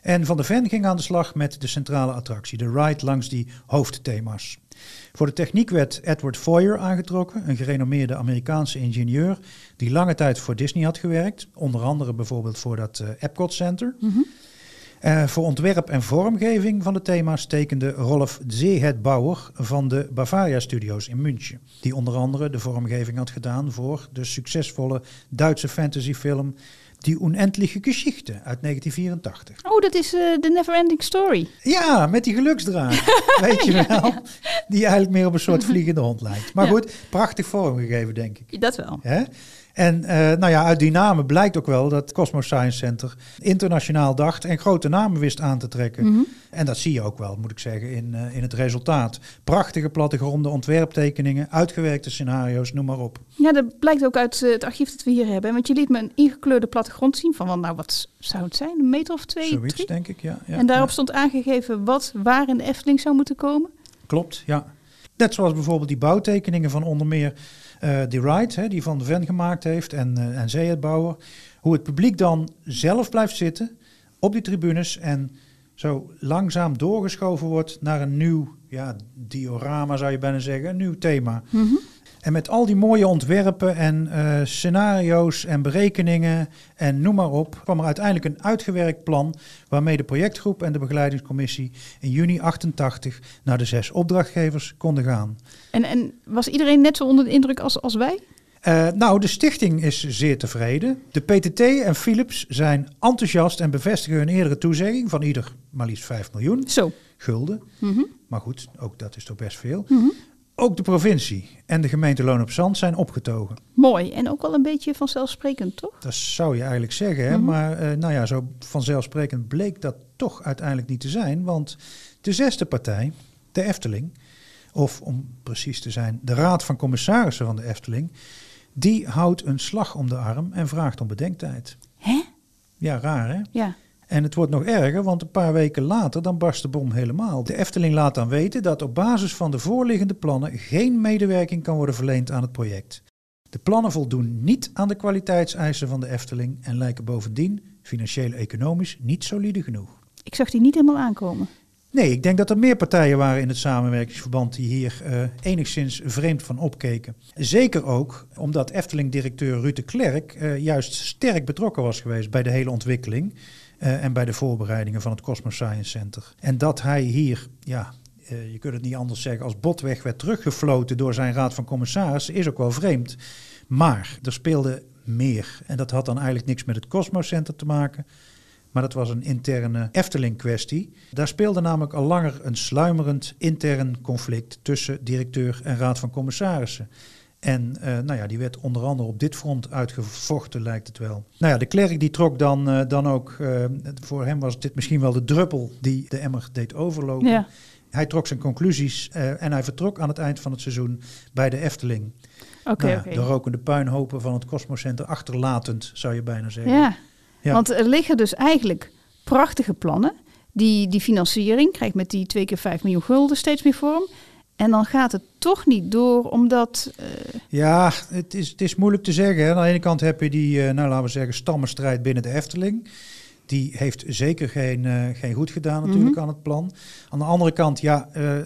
En Van de Ven ging aan de slag met de centrale attractie, de ride langs die hoofdthema's. Voor de techniek werd Edward Foyer aangetrokken, een gerenommeerde Amerikaanse ingenieur die lange tijd voor Disney had gewerkt. Onder andere bijvoorbeeld voor dat uh, Epcot Center. Mm-hmm. Uh, voor ontwerp en vormgeving van de thema's tekende Rolf Zeehetbauer van de Bavaria Studios in München. Die onder andere de vormgeving had gedaan voor de succesvolle Duitse fantasyfilm Die Unendliche Geschichte uit negentien vierentachtig. Oh, dat is de uh, Neverending Story. Ja, met die geluksdrager, weet je wel. Die eigenlijk meer op een soort vliegende hond lijkt. Maar ja. goed, prachtig vormgegeven, denk ik. Dat wel. Hè? En uh, nou ja, uit die namen blijkt ook wel dat Cosmos Science Center internationaal dacht en grote namen wist aan te trekken. Mm-hmm. En dat zie je ook wel, moet ik zeggen, in, uh, in het resultaat. Prachtige plattegronden, ontwerptekeningen, uitgewerkte scenario's, noem maar op. Ja, dat blijkt ook uit uh, het archief dat we hier hebben. Want je liet me een ingekleurde plattegrond zien van, nou wat zou het zijn, een meter of twee? Zoiets, drie? denk ik, ja. ja en daarop ja. stond aangegeven wat waar in de Efteling zou moeten komen? Klopt, ja. Net zoals bijvoorbeeld die bouwtekeningen van onder meer uh, die ride, hè, die Van de Ven gemaakt heeft en, uh, en Zeehetbauer. Hoe het publiek dan zelf blijft zitten op die tribunes en zo langzaam doorgeschoven wordt naar een nieuw ja, diorama, zou je bijna zeggen, een nieuw thema. Mm-hmm. En met al die mooie ontwerpen en uh, scenario's en berekeningen en noem maar op, kwam er uiteindelijk een uitgewerkt plan waarmee de projectgroep en de begeleidingscommissie in juni achtentachtig naar de zes opdrachtgevers konden gaan. En, en was iedereen net zo onder de indruk als, als wij? Uh, nou, de stichting is zeer tevreden. De P T T en Philips zijn enthousiast en bevestigen hun eerdere toezegging van ieder maar liefst vijf miljoen Zo. gulden. Mm-hmm. Maar goed, ook dat is toch best veel. Mm-hmm. Ook de provincie en de gemeente Loon op Zand zijn opgetogen. Mooi en ook wel een beetje vanzelfsprekend, toch? Dat zou je eigenlijk zeggen, hè? Mm-hmm. Maar uh, nou ja, zo vanzelfsprekend bleek dat toch uiteindelijk niet te zijn. Want de zesde partij, de Efteling, of om precies te zijn, de Raad van Commissarissen van de Efteling, die houdt een slag om de arm en vraagt om bedenktijd. Hè? Ja, raar hè? Ja. En het wordt nog erger, want een paar weken later dan barst de bom helemaal. De Efteling laat dan weten dat op basis van de voorliggende plannen geen medewerking kan worden verleend aan het project. De plannen voldoen niet aan de kwaliteitseisen van de Efteling en lijken bovendien financieel-economisch niet solide genoeg. Ik zag die niet helemaal aankomen. Nee, ik denk dat er meer partijen waren in het samenwerkingsverband die hier uh, enigszins vreemd van opkeken. Zeker ook omdat Efteling-directeur Ruud de Klerk uh, juist sterk betrokken was geweest bij de hele ontwikkeling uh, en bij de voorbereidingen van het Cosmos Science Center. En dat hij hier, ja, uh, je kunt het niet anders zeggen, als botweg werd teruggefloten door zijn raad van commissarissen, is ook wel vreemd. Maar er speelde meer en dat had dan eigenlijk niks met het Cosmos Center te maken. Maar dat was een interne Efteling-kwestie. Daar speelde namelijk al langer een sluimerend intern conflict tussen directeur en raad van commissarissen. En uh, nou ja, die werd onder andere op dit front uitgevochten, lijkt het wel. Nou ja, de klerk die trok dan, uh, dan ook, uh, voor hem was dit misschien wel de druppel die de emmer deed overlopen. Ja. Hij trok zijn conclusies uh, en hij vertrok aan het eind van het seizoen bij de Efteling. Okay, nou, okay. De rokende puinhopen van het Cosmos Center achterlatend, zou je bijna zeggen. Ja. Ja. Want er liggen dus eigenlijk prachtige plannen. Die, die financiering krijgt met die twee keer vijf miljoen gulden steeds meer vorm. En dan gaat het toch niet door, omdat... Uh... Ja, het is, het is moeilijk te zeggen. Hè. Aan de ene kant heb je die, uh, nou laten we zeggen, stammenstrijd binnen de Efteling. Die heeft zeker geen, uh, geen goed gedaan natuurlijk mm-hmm. aan het plan. Aan de andere kant, ja, uh,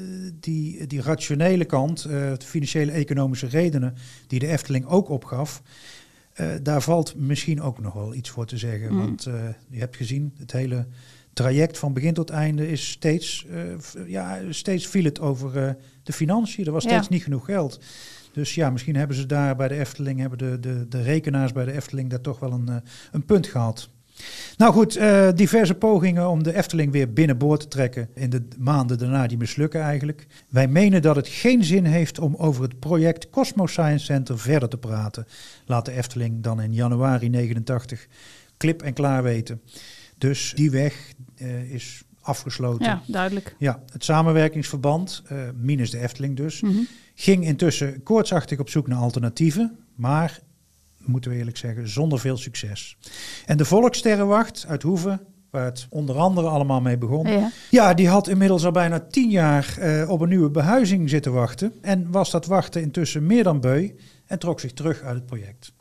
die, die rationele kant, uh, de financiële economische redenen die de Efteling ook opgaf. Uh, daar valt misschien ook nog wel iets voor te zeggen. Mm. Want uh, je hebt gezien, het hele traject van begin tot einde is steeds, uh, ja, steeds viel het over uh, de financiën. Er was steeds ja. niet genoeg geld. Dus ja, misschien hebben ze daar bij de Efteling, hebben de, de, de rekenaars bij de Efteling daar toch wel een, uh, een punt gehad. Nou goed, uh, diverse pogingen om de Efteling weer binnenboord te trekken in de maanden daarna, die mislukken eigenlijk. Wij menen dat het geen zin heeft om over het project Cosmos Science Center verder te praten. Laat de Efteling dan in januari negenentachtig klip en klaar weten. Dus die weg uh, is afgesloten. Ja, duidelijk. Ja, het samenwerkingsverband, uh, minus de Efteling dus, mm-hmm. ging intussen koortsachtig op zoek naar alternatieven, maar... moeten we eerlijk zeggen, zonder veel succes. En de Volkssterrenwacht uit Hoeve, waar het onder andere allemaal mee begon... Ja, ja die had inmiddels al bijna tien jaar uh, op een nieuwe behuizing zitten wachten... en was dat wachten intussen meer dan beu en trok zich terug uit het project.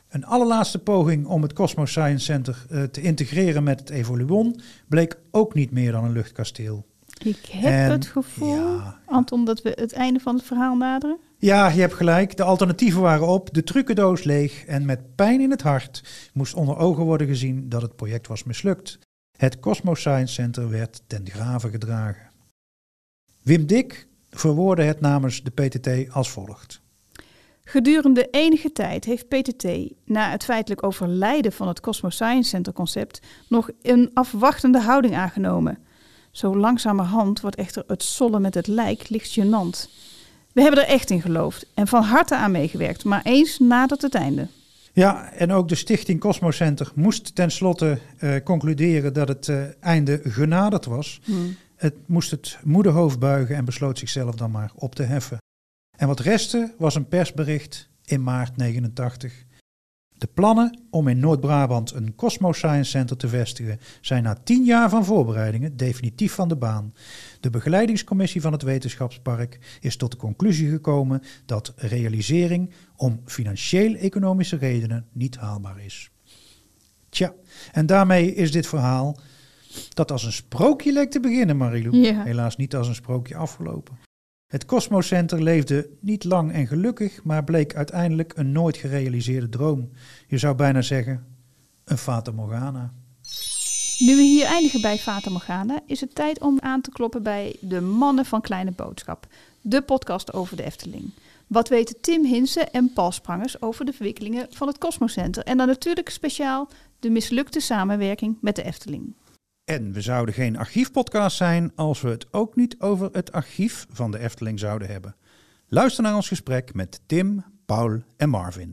Een allerlaatste poging om het Cosmos Science Center uh, te integreren met het Evoluon bleek ook niet meer dan een luchtkasteel. Ik heb en, het gevoel, ja, Anton, dat we het einde van het verhaal naderen. Ja, je hebt gelijk. De alternatieven waren op, de trucendoos leeg en met pijn in het hart moest onder ogen worden gezien dat het project was mislukt. Het Cosmos Science Center werd ten grave gedragen. Wim Dik verwoordde het namens de P T T als volgt. Gedurende enige tijd heeft P T T, na het feitelijk overlijden van het Cosmos Science Center concept, nog een afwachtende houding aangenomen. Zo langzamerhand wordt echter het sollen met het lijk licht gênant. We hebben er echt in geloofd en van harte aan meegewerkt, maar eens nadert het einde. Ja, en ook de stichting Cosmos Center moest tenslotte uh, concluderen dat het uh, einde genaderd was. Hmm. Het moest het moede hoofd buigen en besloot zichzelf dan maar op te heffen. En wat restte was een persbericht in maart negenentachtig. De plannen om in Noord-Brabant een Cosmos Science Center te vestigen zijn na tien jaar van voorbereidingen definitief van de baan. De begeleidingscommissie van het wetenschapspark is tot de conclusie gekomen dat realisering om financieel-economische redenen niet haalbaar is. Tja, en daarmee is dit verhaal, dat als een sprookje leek te beginnen, Marilou, ja. helaas niet als een sprookje afgelopen. Het Cosmos Center leefde niet lang en gelukkig, maar bleek uiteindelijk een nooit gerealiseerde droom. Je zou bijna zeggen, een Fata Morgana. Nu we hier eindigen bij Fata Morgana, is het tijd om aan te kloppen bij de mannen van Kleine Boodschap. De podcast over de Efteling. Wat weten Tim Hinsen en Paul Sprangers over de verwikkelingen van het Cosmos Center? En dan natuurlijk speciaal de mislukte samenwerking met de Efteling. En we zouden geen archiefpodcast zijn als we het ook niet over het archief van de Efteling zouden hebben. Luister naar ons gesprek met Tim, Paul en Marvin.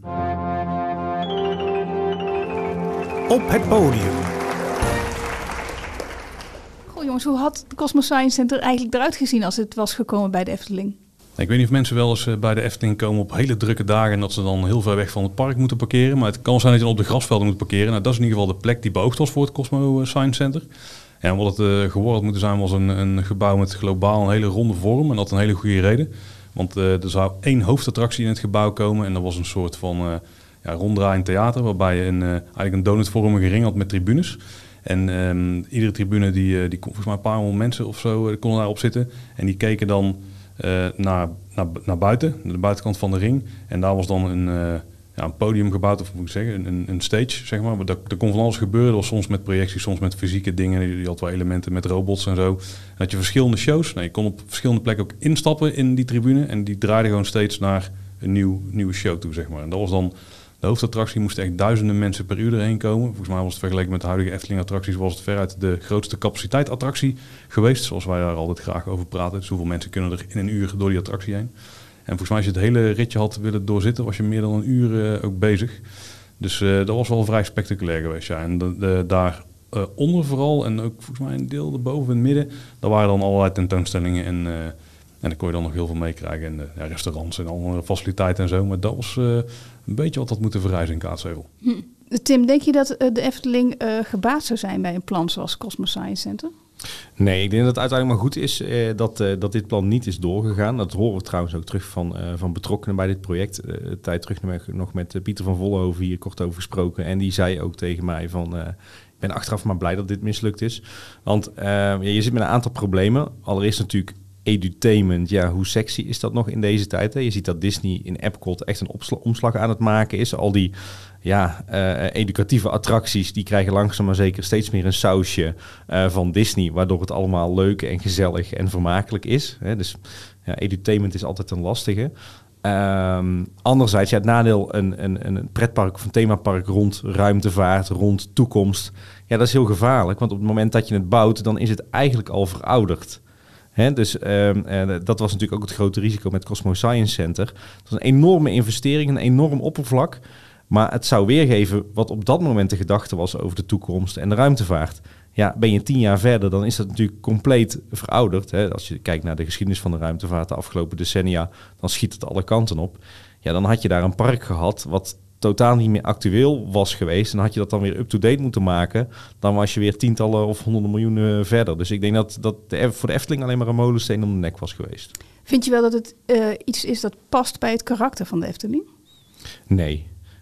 Op het podium. Goh jongens, hoe had het Cosmos Science Center eigenlijk eruit gezien als het was gekomen bij de Efteling? Ik weet niet of mensen wel eens bij de Efteling komen op hele drukke dagen en dat ze dan heel ver weg van het park moeten parkeren. Maar het kan zijn dat je op de grasvelden moet parkeren. Nou, dat is in ieder geval de plek die beoogd was voor het Cosmos Science Center. En wat het uh, geworden had moeten zijn was een, een gebouw met globaal een hele ronde vorm. En dat een hele goede reden. Want uh, er zou één hoofdattractie in het gebouw komen. En dat was een soort van uh, ja, ronddraaiend theater waarbij je een, uh, eigenlijk een donutvormige ring had met tribunes. En um, iedere tribune die, uh, die kon volgens mij een paar honderd mensen of zo uh, konden daarop zitten. En die keken dan Uh, naar, naar, naar buiten, naar de buitenkant van de ring. En daar was dan een, uh, ja, een podium gebouwd, of moet ik zeggen, een, een stage, zeg maar. Er, er kon van alles gebeuren. Dat was soms met projecties, soms met fysieke dingen. Je had wel elementen met robots en zo. En dat je verschillende shows. Nou, je kon op verschillende plekken ook instappen in die tribune. En die draaide gewoon steeds naar een nieuw, nieuwe show toe, zeg maar. En dat was dan de hoofdattractie. Moesten echt duizenden mensen per uur erheen komen. Volgens mij was het vergeleken met de huidige Efteling-attracties was het veruit de grootste capaciteit-attractie geweest. Zoals wij daar altijd graag over praten. Dus hoeveel mensen kunnen er in een uur door die attractie heen. En volgens mij als je het hele ritje had willen doorzitten, was je meer dan een uur uh, ook bezig. Dus uh, dat was wel vrij spectaculair geweest. Ja. En de, de, daar uh, onder vooral, en ook volgens mij een deel erboven in het midden, daar waren dan allerlei tentoonstellingen en... Uh, En dan kon je dan nog heel veel meekrijgen. En uh, ja, restaurants en andere faciliteiten en zo. Maar dat was uh, een beetje wat had moeten verrijzen in Kaatsheuvel. Hm. Tim, denk je dat uh, de Efteling uh, gebaat zou zijn bij een plan zoals Cosmos Science Center? Nee, ik denk dat het uiteindelijk maar goed is uh, dat, uh, dat dit plan niet is doorgegaan. Dat horen we trouwens ook terug van, uh, van betrokkenen bij dit project. Uh, een tijd terug nog met uh, Pieter van Vollenhoven hier kort over gesproken. En die zei ook tegen mij van... Uh, ik ben achteraf maar blij dat dit mislukt is. Want uh, ja, je zit met een aantal problemen. Allereerst natuurlijk... edutainment, ja, hoe sexy is dat nog in deze tijd? Hè? Je ziet dat Disney in Epcot echt een opsla- omslag aan het maken is. Al die ja, uh, educatieve attracties, die krijgen langzaam maar zeker steeds meer een sausje uh, van Disney, waardoor het allemaal leuk en gezellig en vermakelijk is. Hè? Dus ja, edutainment is altijd een lastige. Um, anderzijds, ja, het nadeel, een, een, een pretpark of een themapark rond ruimtevaart, rond toekomst, ja, dat is heel gevaarlijk. Want op het moment dat je het bouwt, dan is het eigenlijk al verouderd. He, dus uh, uh, dat was natuurlijk ook het grote risico met Cosmos Science Center. Het was een enorme investering, een enorm oppervlak. Maar het zou weergeven wat op dat moment de gedachte was over de toekomst en de ruimtevaart. Ja, ben je tien jaar verder, dan is dat natuurlijk compleet verouderd. Hè. Als je kijkt naar de geschiedenis van de ruimtevaart de afgelopen decennia, dan schiet het alle kanten op. Ja, dan had je daar een park gehad wat totaal niet meer actueel was geweest. En had je dat dan weer up-to-date moeten maken, dan was je weer tientallen of honderden miljoenen verder. Dus ik denk dat dat de, voor de Efteling alleen maar een molensteen om de nek was geweest. Vind je wel dat het uh, iets is dat past bij het karakter van de Efteling? Nee.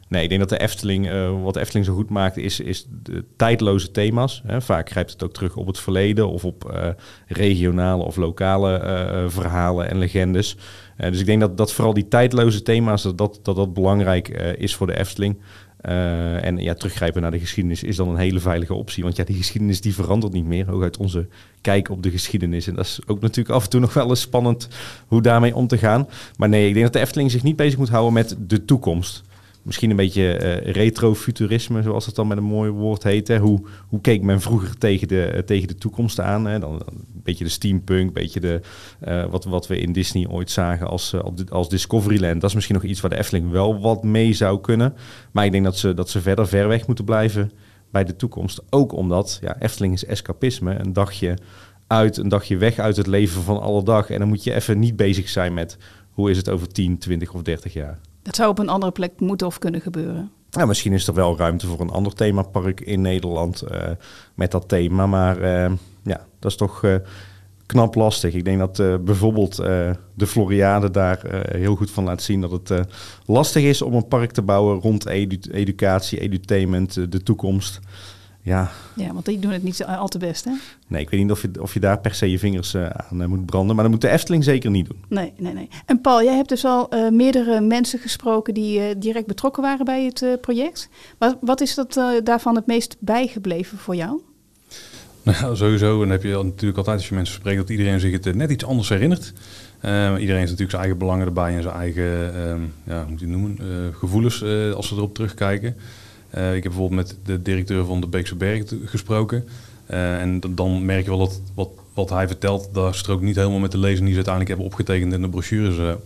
Nee, ik denk dat de Efteling, uh, wat de Efteling zo goed maakt, is, is de tijdloze thema's. Hè. Vaak grijpt het ook terug op het verleden of op uh, regionale of lokale uh, verhalen en legendes. Uh, dus ik denk dat, dat vooral die tijdloze thema's, dat dat, dat, dat belangrijk uh, is voor de Efteling. Uh, en ja, teruggrijpen naar de geschiedenis is dan een hele veilige optie. Want ja, die geschiedenis die verandert niet meer. Ook uit onze kijk op de geschiedenis. En dat is ook natuurlijk af en toe nog wel eens spannend hoe daarmee om te gaan. Maar nee, ik denk dat de Efteling zich niet bezig moet houden met de toekomst. Misschien een beetje uh, retrofuturisme, zoals het dan met een mooi woord heet. Hè. Hoe, hoe keek men vroeger tegen de, uh, tegen de toekomst aan? Hè? Dan, een beetje de steampunk, een beetje de, uh, wat, wat we in Disney ooit zagen als, uh, als Discoveryland. Dat is misschien nog iets waar de Efteling wel wat mee zou kunnen. Maar ik denk dat ze, dat ze verder ver weg moeten blijven bij de toekomst. Ook omdat ja, Efteling is escapisme. Een dagje uit, een dagje weg uit het leven van alle dag. En dan moet je even niet bezig zijn met hoe is het over tien, twintig of dertig jaar. Dat zou op een andere plek moeten of kunnen gebeuren. Ja, misschien is er wel ruimte voor een ander themapark in Nederland uh, met dat thema. Maar uh, ja, dat is toch uh, knap lastig. Ik denk dat uh, bijvoorbeeld uh, de Floriade daar uh, heel goed van laat zien dat het uh, lastig is om een park te bouwen rond edu- educatie, edutainment, uh, de toekomst. Ja. ja, want die doen het niet al te best, hè? Nee, ik weet niet of je, of je daar per se je vingers uh, aan uh, moet branden. Maar dat moet de Efteling zeker niet doen. Nee, nee, nee. En Paul, jij hebt dus al uh, meerdere mensen gesproken die uh, direct betrokken waren bij het uh, project. Wat, wat is dat uh, daarvan het meest bijgebleven voor jou? Nou, sowieso. En dan heb je natuurlijk altijd als je mensen spreekt dat iedereen zich het uh, net iets anders herinnert. Uh, iedereen heeft natuurlijk zijn eigen belangen erbij en zijn eigen, uh, ja, hoe moet je het noemen, uh, gevoelens uh, als ze erop terugkijken. Uh, ik heb bijvoorbeeld met de directeur van de Beekse Bergen t- gesproken. Uh, en d- dan merk je wel dat wat, wat hij vertelt, daar strookt niet helemaal met de lezing die ze uiteindelijk hebben opgetekend in de brochures. Uh.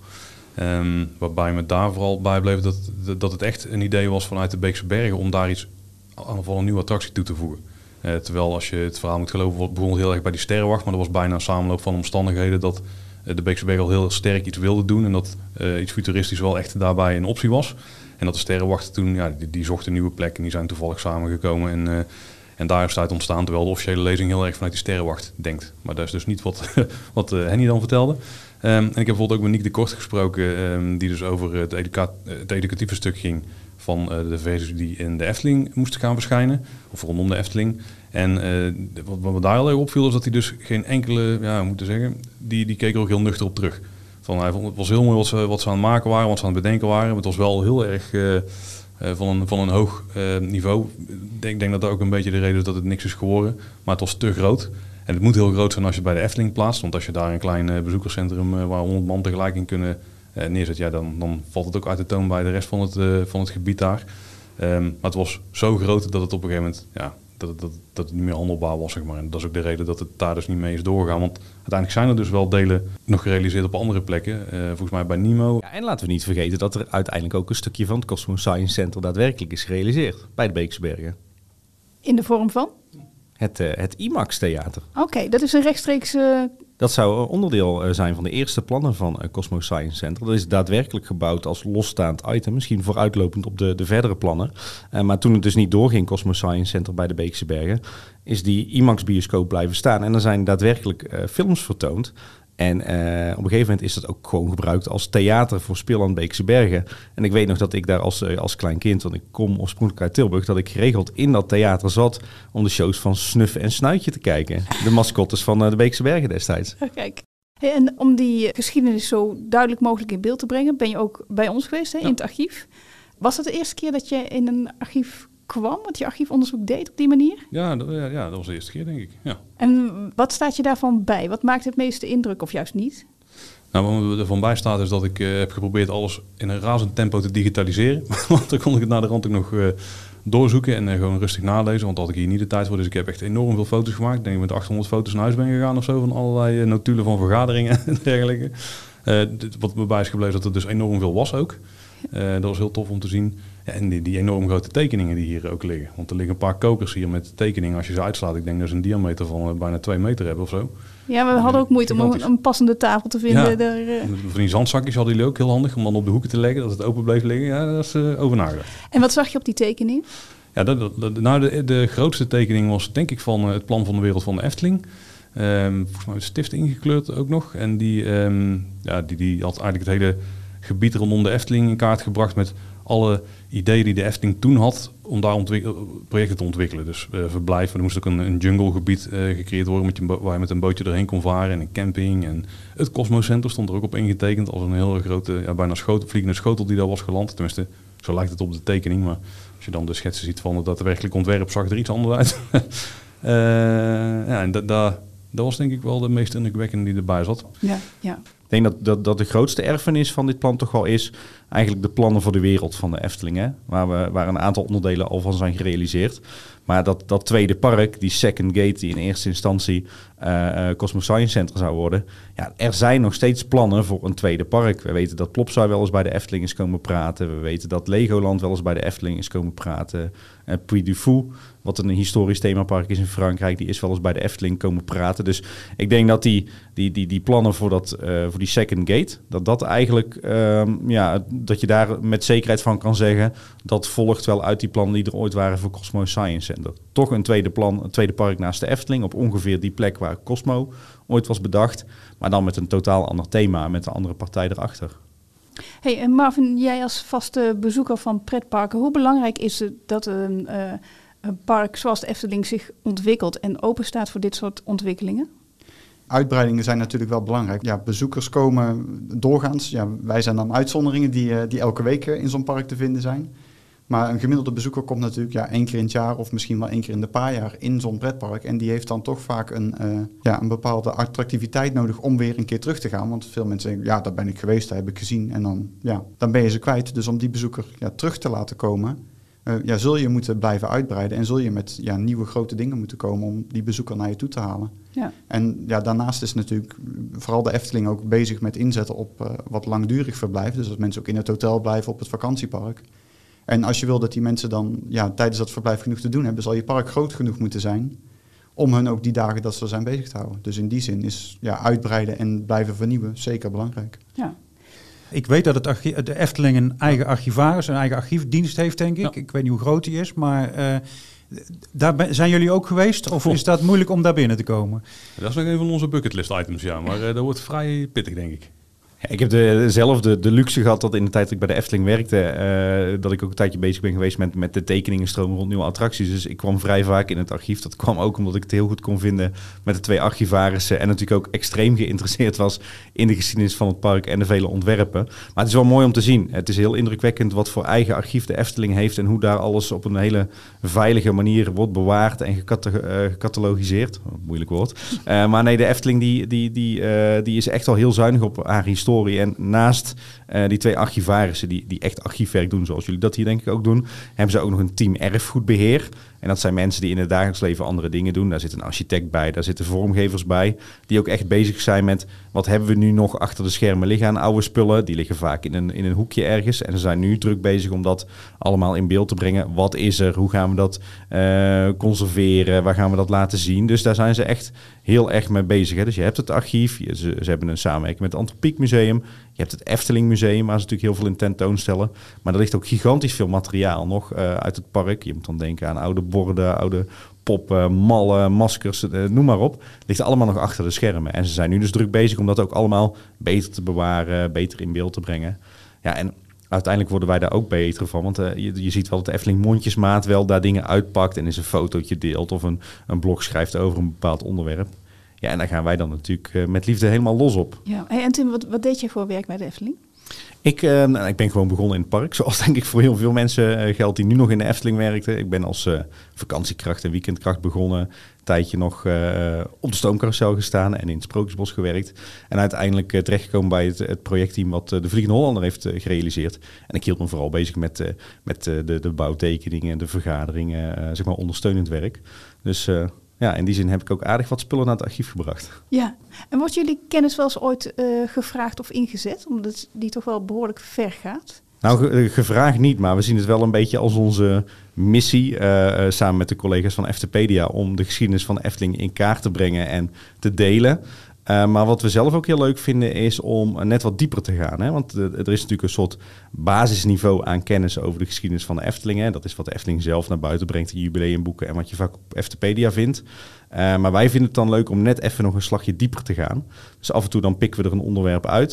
Um, waarbij me daar vooral bij bleef dat, dat het echt een idee was vanuit de Beekse Bergen om daar iets, in ieder geval een nieuwe attractie toe te voegen. Uh, terwijl als je het verhaal moet geloven, begon het heel erg bij die sterrenwacht, maar dat was bijna een samenloop van omstandigheden dat uh, de Beekse Bergen al heel sterk iets wilde doen en dat uh, iets futuristisch wel echt daarbij een optie was. En dat de sterrenwachten toen, ja, die, die zochten een nieuwe plek en die zijn toevallig samengekomen. En, uh, en daar is het uit ontstaan, terwijl de officiële lezing heel erg vanuit die sterrenwacht denkt. Maar dat is dus niet wat, wat uh, Henny dan vertelde. Um, en ik heb bijvoorbeeld ook met Nick de Kort gesproken, um, die dus over het, educa- het educatieve stuk ging van uh, de versies die in de Efteling moesten gaan verschijnen. Of rondom de Efteling. En uh, wat, wat me daar heel erg opviel is dat hij dus geen enkele, ja, hoe moet ik zeggen, die, die keek er ook heel nuchter op terug. Van, hij vond, het was heel mooi wat ze, wat ze aan het maken waren, wat ze aan het bedenken waren. Maar het was wel heel erg uh, uh, van, een, van een hoog uh, niveau. Ik denk, denk dat dat ook een beetje de reden is dat het niks is geworden. Maar het was te groot. En het moet heel groot zijn als je het bij de Efteling plaatst. Want als je daar een klein uh, bezoekerscentrum uh, waar honderd man tegelijk in kunnen uh, neerzet, ja, dan, dan valt het ook uit de toon bij de rest van het, uh, van het gebied daar. Um, maar het was zo groot dat het op een gegeven moment, ja, dat, dat, dat het niet meer handelbaar was, zeg maar. En dat is ook de reden dat het daar dus niet mee is doorgegaan. Want uiteindelijk zijn er dus wel delen nog gerealiseerd op andere plekken. Uh, volgens mij bij Nemo. Ja, en laten we niet vergeten dat er uiteindelijk ook een stukje van het Cosmo Science Center daadwerkelijk is gerealiseerd bij de Beekse Bergen. In de vorm van? Het, uh, het IMAX Theater. Oké, okay, dat is een rechtstreeks... Uh... Dat zou onderdeel uh, zijn van de eerste plannen van uh, Cosmo Science Center. Dat is daadwerkelijk gebouwd als losstaand item. Misschien vooruitlopend op de, de verdere plannen. Uh, maar toen het dus niet doorging, Cosmo Science Center bij de Beekse Bergen, is die IMAX bioscoop blijven staan. En er zijn daadwerkelijk uh, films vertoond. En uh, op een gegeven moment is dat ook gewoon gebruikt als theater voor Speelland Beekse Bergen. En ik weet nog dat ik daar als, uh, als klein kind, want ik kom oorspronkelijk uit Tilburg, dat ik geregeld in dat theater zat om de shows van Snuffen en Snuitje te kijken. De mascottes van uh, de Beekse Bergen destijds. Kijk. Hey, en om die geschiedenis zo duidelijk mogelijk in beeld te brengen, ben je ook bij ons geweest, hè, in het archief. Was dat de eerste keer dat je in een archief kwam, dat je archiefonderzoek deed op die manier? Ja, dat, ja, dat was de eerste keer, denk ik. Ja. En wat staat je daarvan bij? Wat maakt het meeste indruk of juist niet? Nou, wat er van bij staat is dat ik uh, heb geprobeerd alles in een razend tempo te digitaliseren. Want dan kon ik het naar de rand ook nog uh, doorzoeken en uh, gewoon rustig nalezen. Want daar had ik hier niet de tijd voor. Dus ik heb echt enorm veel foto's gemaakt. Ik denk dat ik met achthonderd foto's naar huis ben gegaan of zo. Van allerlei uh, notulen van vergaderingen en dergelijke. Uh, dit, wat me bij is gebleven dat er dus enorm veel was ook. Uh, dat was heel tof om te zien. Ja, en die, die enorm grote tekeningen die hier ook liggen. Want er liggen een paar kokers hier met tekeningen. Als je ze uitslaat, ik denk dat ze een diameter van uh, bijna twee meter hebben of zo. Ja, we hadden ook moeite om een, een passende tafel te vinden. Ja, daar, uh... van die zandzakjes hadden jullie ook heel handig om dan op de hoeken te leggen, dat het open bleef liggen. Ja, dat is uh, over nagedacht. En wat zag je op die tekening? Ja, dat, dat, nou, de, de grootste tekening was denk ik van uh, het plan van de wereld van de Efteling. Um, volgens mij met stift ingekleurd ook nog. En die, um, ja, die, die had eigenlijk het hele gebied rondom de Efteling in kaart gebracht met alle ideeën die de Efteling toen had om daar ontwik- projecten te ontwikkelen. Dus uh, verblijf, er moest ook een, een junglegebied uh, gecreëerd worden met je, waar je met een bootje erheen kon varen en een camping. En het Cosmo Center stond er ook op ingetekend als een hele grote, ja, bijna schotel, vliegende schotel die daar was geland. Tenminste, zo lijkt het op de tekening, maar als je dan de schetsen ziet van het daadwerkelijk ontwerp, zag het er iets anders uit. uh, ja, en da- da- dat was denk ik wel de meest indrukwekkende die erbij zat. Ja, ja. Ik denk dat, dat, dat de grootste erfenis van dit plan toch wel is eigenlijk de plannen voor de wereld van de Efteling. Hè? Waar, we, waar een aantal onderdelen al van zijn gerealiseerd. Maar dat, dat tweede park, die second gate, die in eerste instantie uh, uh, Cosmo Science Center zou worden. Ja, er zijn nog steeds plannen voor een tweede park. We weten dat Plopsaland wel eens bij de Efteling is komen praten. We weten dat Legoland wel eens bij de Efteling is komen praten. Uh, Puy du Fou, wat een historisch themapark is in Frankrijk, die is wel eens bij de Efteling komen praten. Dus ik denk dat die, die, die, die plannen voor, dat, uh, voor die second gate, dat dat eigenlijk, um, ja, dat je daar met zekerheid van kan zeggen, dat volgt wel uit die plannen die er ooit waren voor Cosmo Science Center. Toch een tweede plan, een tweede park naast de Efteling, op ongeveer die plek waar Cosmo ooit was bedacht, maar dan met een totaal ander thema, met een andere partij erachter. Hey, en Marvin, jij als vaste bezoeker van pretparken, hoe belangrijk is het dat een, uh, een park zoals de Efteling zich ontwikkelt en open staat voor dit soort ontwikkelingen? Uitbreidingen zijn natuurlijk wel belangrijk. Ja, bezoekers komen doorgaans. Ja, wij zijn dan uitzonderingen die, uh, die elke week uh, in zo'n park te vinden zijn. Maar een gemiddelde bezoeker komt natuurlijk ja, één keer in het jaar of misschien wel één keer in de paar jaar in zo'n pretpark. En die heeft dan toch vaak een, uh, ja, een bepaalde attractiviteit nodig om weer een keer terug te gaan. Want veel mensen denken, ja, daar ben ik geweest, daar heb ik gezien. En dan, ja, dan ben je ze kwijt. Dus om die bezoeker ja, terug te laten komen, uh, ja, zul je moeten blijven uitbreiden. En zul je met ja, nieuwe grote dingen moeten komen om die bezoeker naar je toe te halen. Ja. En ja, daarnaast is natuurlijk vooral de Efteling ook bezig met inzetten op uh, wat langdurig verblijf. Dus dat mensen ook in het hotel blijven op het vakantiepark. En als je wil dat die mensen dan ja, tijdens dat verblijf genoeg te doen hebben, zal je park groot genoeg moeten zijn om hun ook die dagen dat ze er zijn bezig te houden. Dus in die zin is ja, uitbreiden en blijven vernieuwen zeker belangrijk. Ja. Ik weet dat het archi- de Efteling een eigen archivaris, een eigen archiefdienst heeft, denk ik. Ja. Ik weet niet hoe groot die is, maar uh, daar ben, zijn jullie ook geweest? Of is dat moeilijk om daar binnen te komen? Dat is nog een van onze bucketlist items, ja. Maar uh, dat wordt vrij pittig, denk ik. Ja, ik heb de, zelf de, de luxe gehad dat in de tijd dat ik bij de Efteling werkte, uh, dat ik ook een tijdje bezig ben geweest met, met de tekeningenstroom rond nieuwe attracties. Dus ik kwam vrij vaak in het archief. Dat kwam ook omdat ik het heel goed kon vinden met de twee archivarissen. En natuurlijk ook extreem geïnteresseerd was in de geschiedenis van het park en de vele ontwerpen. Maar het is wel mooi om te zien. Het is heel indrukwekkend wat voor eigen archief de Efteling heeft en hoe daar alles op een hele veilige manier wordt bewaard en gecata- uh, gecatalogiseerd. Oh, moeilijk woord. Uh, maar nee, de Efteling die, die, die, uh, die is echt wel heel zuinig op haar historie. En naast uh, die twee archivarissen die, die echt archiefwerk doen, zoals jullie dat hier denk ik ook doen, hebben ze ook nog een team erfgoedbeheer. En dat zijn mensen die in het dagelijks leven andere dingen doen. Daar zit een architect bij, daar zitten vormgevers bij, die ook echt bezig zijn met wat hebben we nu nog achter de schermen liggen aan oude spullen. Die liggen vaak in een, in een hoekje ergens. En ze zijn nu druk bezig om dat allemaal in beeld te brengen. Wat is er? Hoe gaan we dat uh, conserveren? Waar gaan we dat laten zien? Dus daar zijn ze echt heel erg mee bezig. Hè? Dus je hebt het archief, je, ze, ze hebben een samenwerking met het Antropiek Museum. Je hebt het Efteling Museum, waar ze natuurlijk heel veel in tentoonstellen. Maar er ligt ook gigantisch veel materiaal nog uh, uit het park. Je moet dan denken aan oude borden, oude poppen, mallen, maskers, uh, noem maar op. Ligt allemaal nog achter de schermen. En ze zijn nu dus druk bezig om dat ook allemaal beter te bewaren, beter in beeld te brengen. Ja, en uiteindelijk worden wij daar ook beter van. Want uh, je, je ziet wel dat de Efteling mondjesmaat wel daar dingen uitpakt en eens een fotootje deelt of een, een blog schrijft over een bepaald onderwerp. Ja, en daar gaan wij dan natuurlijk uh, met liefde helemaal los op. Ja. Hey, en Tim, wat, wat deed je voor werk bij de Efteling? Ik, uh, nou, ik ben gewoon begonnen in het park. Zoals denk ik voor heel veel mensen uh, geldt die nu nog in de Efteling werkten. Ik ben als uh, vakantiekracht en weekendkracht begonnen. Een tijdje nog uh, op de stoomcarousel gestaan en in het Sprookjesbos gewerkt. En uiteindelijk uh, terechtgekomen bij het, het projectteam wat uh, de Vliegende Hollander heeft uh, gerealiseerd. En ik hield me vooral bezig met, uh, met uh, de, de bouwtekeningen, de vergaderingen, uh, zeg maar ondersteunend werk. Dus Uh, ja, in die zin heb ik ook aardig wat spullen naar het archief gebracht. Ja, en wordt jullie kennis wel eens ooit uh, gevraagd of ingezet? Omdat die toch wel behoorlijk ver gaat? Nou, ge- gevraagd niet, maar we zien het wel een beetje als onze missie, uh, uh, samen met de collega's van Eftepedia, om de geschiedenis van de Efteling in kaart te brengen en te delen. Uh, maar wat we zelf ook heel leuk vinden is om net wat dieper te gaan. Hè? Want uh, er is natuurlijk een soort basisniveau aan kennis over de geschiedenis van de Efteling. Hè? Dat is wat de Efteling zelf naar buiten brengt in jubileumboeken en wat je vaak op Eftepedia vindt. Uh, maar wij vinden het dan leuk om net even nog een slagje dieper te gaan. Dus af en toe dan pikken we er een onderwerp uit.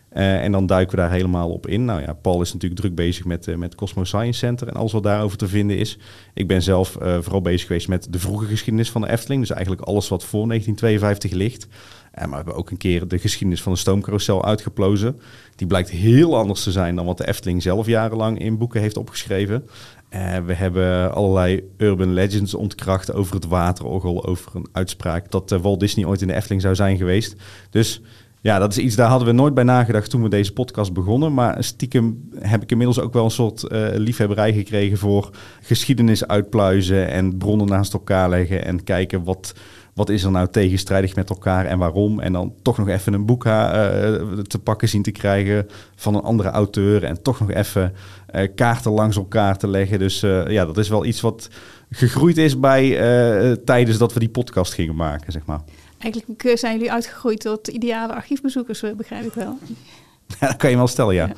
Uh, en dan duiken we daar helemaal op in. Nou ja, Paul is natuurlijk druk bezig met het uh, met Cosmo Science Center en alles wat daarover te vinden is. Ik ben zelf uh, vooral bezig geweest met de vroege geschiedenis van de Efteling. Dus eigenlijk alles wat voor negentien tweeënvijftig ligt. Uh, maar we hebben ook een keer de geschiedenis van de stoomcarousel uitgeplozen. Die blijkt heel anders te zijn dan wat de Efteling zelf jarenlang in boeken heeft opgeschreven. Uh, we hebben allerlei urban legends ontkracht over het waterorgel, over een uitspraak dat uh, Walt Disney ooit in de Efteling zou zijn geweest. Dus ja, dat is iets, daar hadden we nooit bij nagedacht toen we deze podcast begonnen. Maar stiekem heb ik inmiddels ook wel een soort uh, liefhebberij gekregen voor geschiedenis uitpluizen en bronnen naast elkaar leggen en kijken wat, wat is er nou tegenstrijdig met elkaar en waarom. En dan toch nog even een boek uh, te pakken zien te krijgen van een andere auteur en toch nog even uh, kaarten langs elkaar te leggen. Dus uh, ja, dat is wel iets wat gegroeid is bij uh, tijdens dat we die podcast gingen maken, zeg maar. Eigenlijk zijn jullie uitgegroeid tot ideale archiefbezoekers, begrijp ik wel. Ja, dat kan je wel stellen, ja. ja.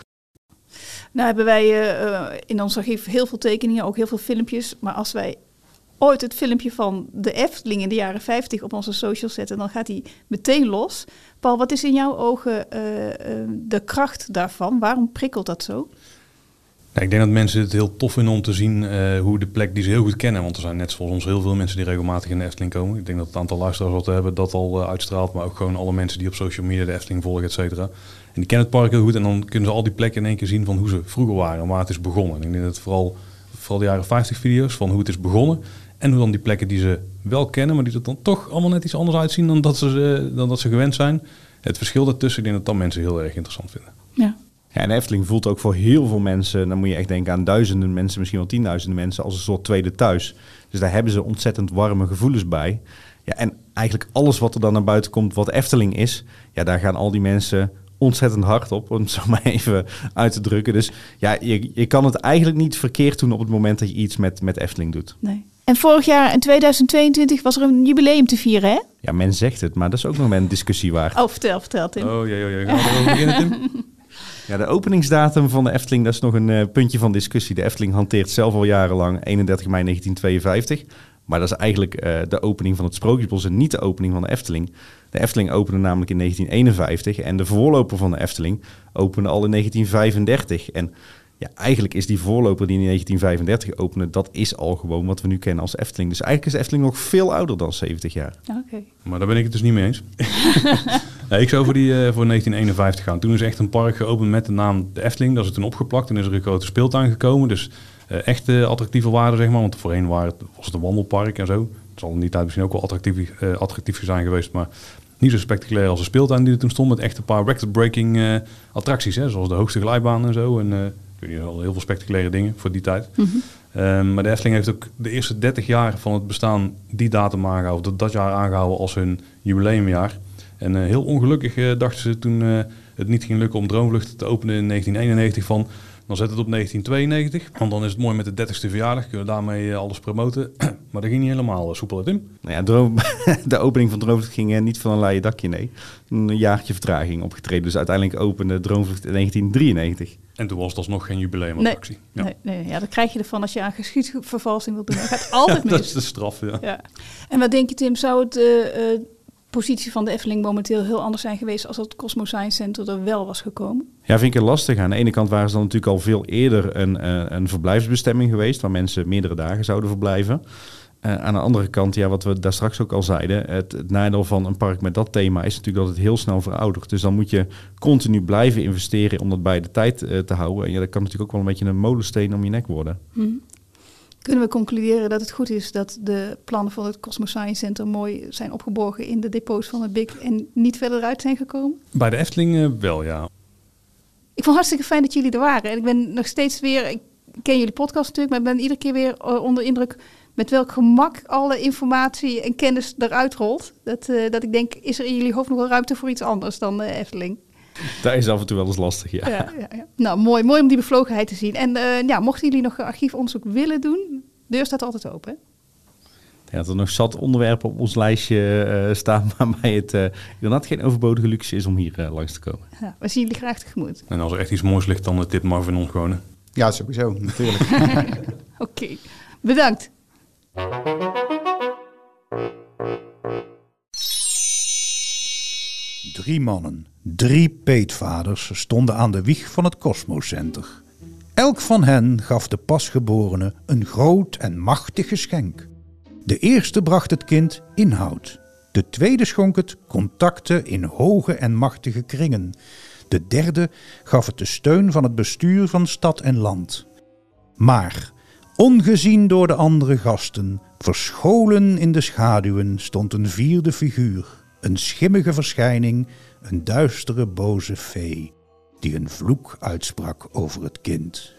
Nou hebben wij uh, in ons archief heel veel tekeningen, ook heel veel filmpjes. Maar als wij ooit het filmpje van de Efteling in de jaren vijftig op onze socials zetten, dan gaat die meteen los. Paul, wat is in jouw ogen uh, uh, de kracht daarvan? Waarom prikkelt dat zo? Ja, ik denk dat mensen het heel tof vinden om te zien uh, hoe de plek die ze heel goed kennen. Want er zijn net zoals ons heel veel mensen die regelmatig in de Efteling komen. Ik denk dat het aantal luisteraars wat we hebben dat al uh, uitstraalt. Maar ook gewoon alle mensen die op social media de Efteling volgen, et cetera. En die kennen het park heel goed. En dan kunnen ze al die plekken in één keer zien van hoe ze vroeger waren en waar het is begonnen. En ik denk dat het vooral, vooral de jaren vijftig video's van hoe het is begonnen. En hoe dan die plekken die ze wel kennen, maar die er dan toch allemaal net iets anders uitzien dan dat ze, uh, dan dat ze gewend zijn. Het verschil daartussen, ik denk dat dat mensen heel erg interessant vinden. Ja. Ja, en de Efteling voelt ook voor heel veel mensen, dan moet je echt denken aan duizenden mensen, misschien wel tienduizenden mensen, als een soort tweede thuis. Dus daar hebben ze ontzettend warme gevoelens bij. Ja, en eigenlijk alles wat er dan naar buiten komt wat Efteling is, ja, daar gaan al die mensen ontzettend hard op, om het zo maar even uit te drukken. Dus ja, je, je kan het eigenlijk niet verkeerd doen op het moment dat je iets met, met Efteling doet. Nee. En vorig jaar in tweeduizend tweeëntwintig was er een jubileum te vieren, hè? Ja, men zegt het, maar dat is ook nog een discussie waard. Oh, vertel, vertel Tim. Oh, ja, ja, ja. Gaan we erover beginnen, Tim? Ja, de openingsdatum van de Efteling, dat is nog een uh, puntje van discussie. De Efteling hanteert zelf al jarenlang eenendertig mei negentien tweeënvijftig. Maar dat is eigenlijk uh, de opening van het Sprookjesbos en niet de opening van de Efteling. De Efteling opende namelijk in negentien eenenvijftig en de voorloper van de Efteling opende al in negentien vijfendertig. En ja, eigenlijk is die voorloper die in negentien vijfendertig opende, dat is al gewoon wat we nu kennen als Efteling. Dus eigenlijk is de Efteling nog veel ouder dan zeventig jaar. Oké. Okay. Maar daar ben ik het dus niet mee eens. Nee, ik zou voor, die, uh, voor negentien eenenvijftig gaan. Toen is echt een park geopend met de naam de Efteling. Dat is toen opgeplakt. Toen is er een grote speeltuin gekomen. Dus uh, echt uh, attractieve waarde, zeg maar. Want voorheen waren het, was het een wandelpark en zo. Het zal in die tijd misschien ook wel attractief, uh, attractief zijn geweest. Maar niet zo spectaculair als de speeltuin die er toen stond. Met echt een paar record-breaking uh, attracties. Hè, zoals de hoogste glijbaan en zo. En uh, ik weet niet, al heel veel spectaculaire dingen voor die tijd. Mm-hmm. Um, maar de Efteling heeft ook de eerste dertig jaar van het bestaan die datum aangehouden. Dat, dat jaar aangehouden als hun jubileumjaar. En uh, heel ongelukkig uh, dachten ze toen uh, het niet ging lukken om Droomvlucht te openen in negentien eenennegentig van, dan zet het op negentien tweeënnegentig. Want dan is het mooi met de dertigste verjaardag, kunnen we daarmee uh, alles promoten. Maar dat ging niet helemaal uh, soepel uit, Tim. Nou ja, droom, de opening van Droomvlucht ging uh, niet van een leien dakje, nee. Een jaartje vertraging opgetreden. Dus uiteindelijk opende Droomvlucht in negentien drieënnegentig. En toen was het alsnog geen jubileumattractie. Nee, ja. Nee, nee, ja, dat krijg je ervan als je aan geschiedvervalsing wilt doen. Dat gaat altijd mis. Dat is de straf, ja. ja. En wat denk je, Tim, zou het... Uh, uh, positie van de Efteling momenteel heel anders zijn geweest als het Cosmo Science Center er wel was gekomen? Ja, vind ik het lastig. Aan de ene kant waren ze dan natuurlijk al veel eerder een, uh, een verblijfsbestemming geweest, waar mensen meerdere dagen zouden verblijven. Uh, aan de andere kant, ja, wat we daar straks ook al zeiden, het, het nadeel van een park met dat thema is natuurlijk dat het heel snel veroudert. Dus dan moet je continu blijven investeren om dat bij de tijd uh, te houden. En ja, dat kan natuurlijk ook wel een beetje een molensteen om je nek worden. Hmm. Kunnen we concluderen dat het goed is dat de plannen van het Cosmo Science Center mooi zijn opgeborgen in de depots van het B I C en niet verder eruit zijn gekomen? Bij de Efteling uh, wel, ja. Ik vond het hartstikke fijn dat jullie er waren. En ik ben nog steeds weer, ik ken jullie podcast natuurlijk, maar ik ben iedere keer weer uh, onder indruk met welk gemak alle informatie en kennis eruit rolt. Dat, uh, dat ik denk, is er in jullie hoofd nog wel ruimte voor iets anders dan de Efteling? Dat is af en toe wel eens lastig, ja. ja, ja, ja. Nou, mooi, mooi om die bevlogenheid te zien. En uh, ja, mochten jullie nog archiefonderzoek willen doen, de deur staat altijd open, hè? Ja, dat er nog zat onderwerpen op ons lijstje uh, staan, waarbij het uh, inderdaad geen overbodige luxe is om hier uh, langs te komen. Ja, we zien jullie graag tegemoet. En als er echt iets moois ligt, dan tip maar van ons gewoon. Ja, sowieso, natuurlijk. Oké, okay. Bedankt. Drie mannen, drie peetvaders stonden aan de wieg van het Cosmocenter. Elk van hen gaf de pasgeborene een groot en machtig geschenk. De eerste bracht het kind inhoud. De tweede schonk het contacten in hoge en machtige kringen. De derde gaf het de steun van het bestuur van stad en land. Maar, ongezien door de andere gasten, verscholen in de schaduwen stond een vierde figuur. Een schimmige verschijning, een duistere boze fee, die een vloek uitsprak over het kind.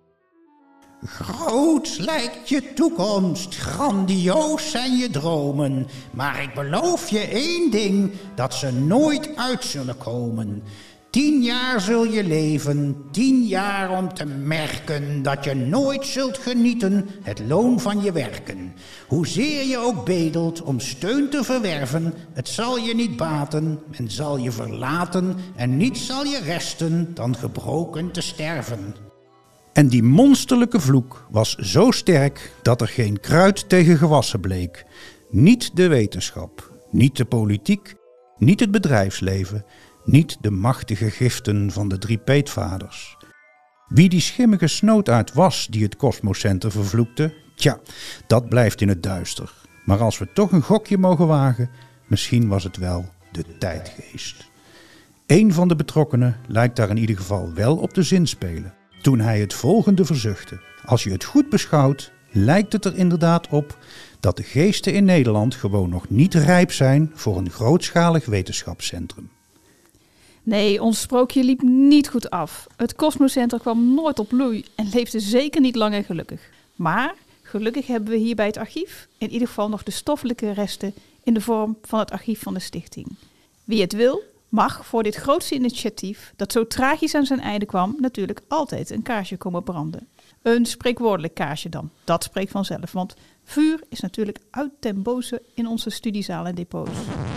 Groot lijkt je toekomst, grandioos zijn je dromen, maar ik beloof je één ding, dat ze nooit uit zullen komen. Tien jaar zul je leven, tien jaar om te merken dat je nooit zult genieten het loon van je werken. Hoezeer je ook bedelt om steun te verwerven, het zal je niet baten, men zal je verlaten en niets zal je resten dan gebroken te sterven. En die monsterlijke vloek was zo sterk dat er geen kruid tegen gewassen bleek. Niet de wetenschap, niet de politiek, niet het bedrijfsleven, niet de machtige giften van de drie peetvaders. Wie die schimmige snootaard was die het Cosmocenter vervloekte, tja, dat blijft in het duister. Maar als we toch een gokje mogen wagen, misschien was het wel de tijdgeest. Eén van de betrokkenen lijkt daar in ieder geval wel op te zinspelen, toen hij het volgende verzuchtte. Als je het goed beschouwt, lijkt het er inderdaad op dat de geesten in Nederland gewoon nog niet rijp zijn voor een grootschalig wetenschapscentrum. Nee, ons sprookje liep niet goed af. Het Cosmocenter kwam nooit op bloei en leefde zeker niet lang en gelukkig. Maar gelukkig hebben we hier bij het archief in ieder geval nog de stoffelijke resten in de vorm van het archief van de stichting. Wie het wil, mag voor dit grootste initiatief, dat zo tragisch aan zijn einde kwam, natuurlijk altijd een kaarsje komen branden. Een spreekwoordelijk kaarsje dan, dat spreekt vanzelf, want vuur is natuurlijk uit den boze in onze studiezaal en depots.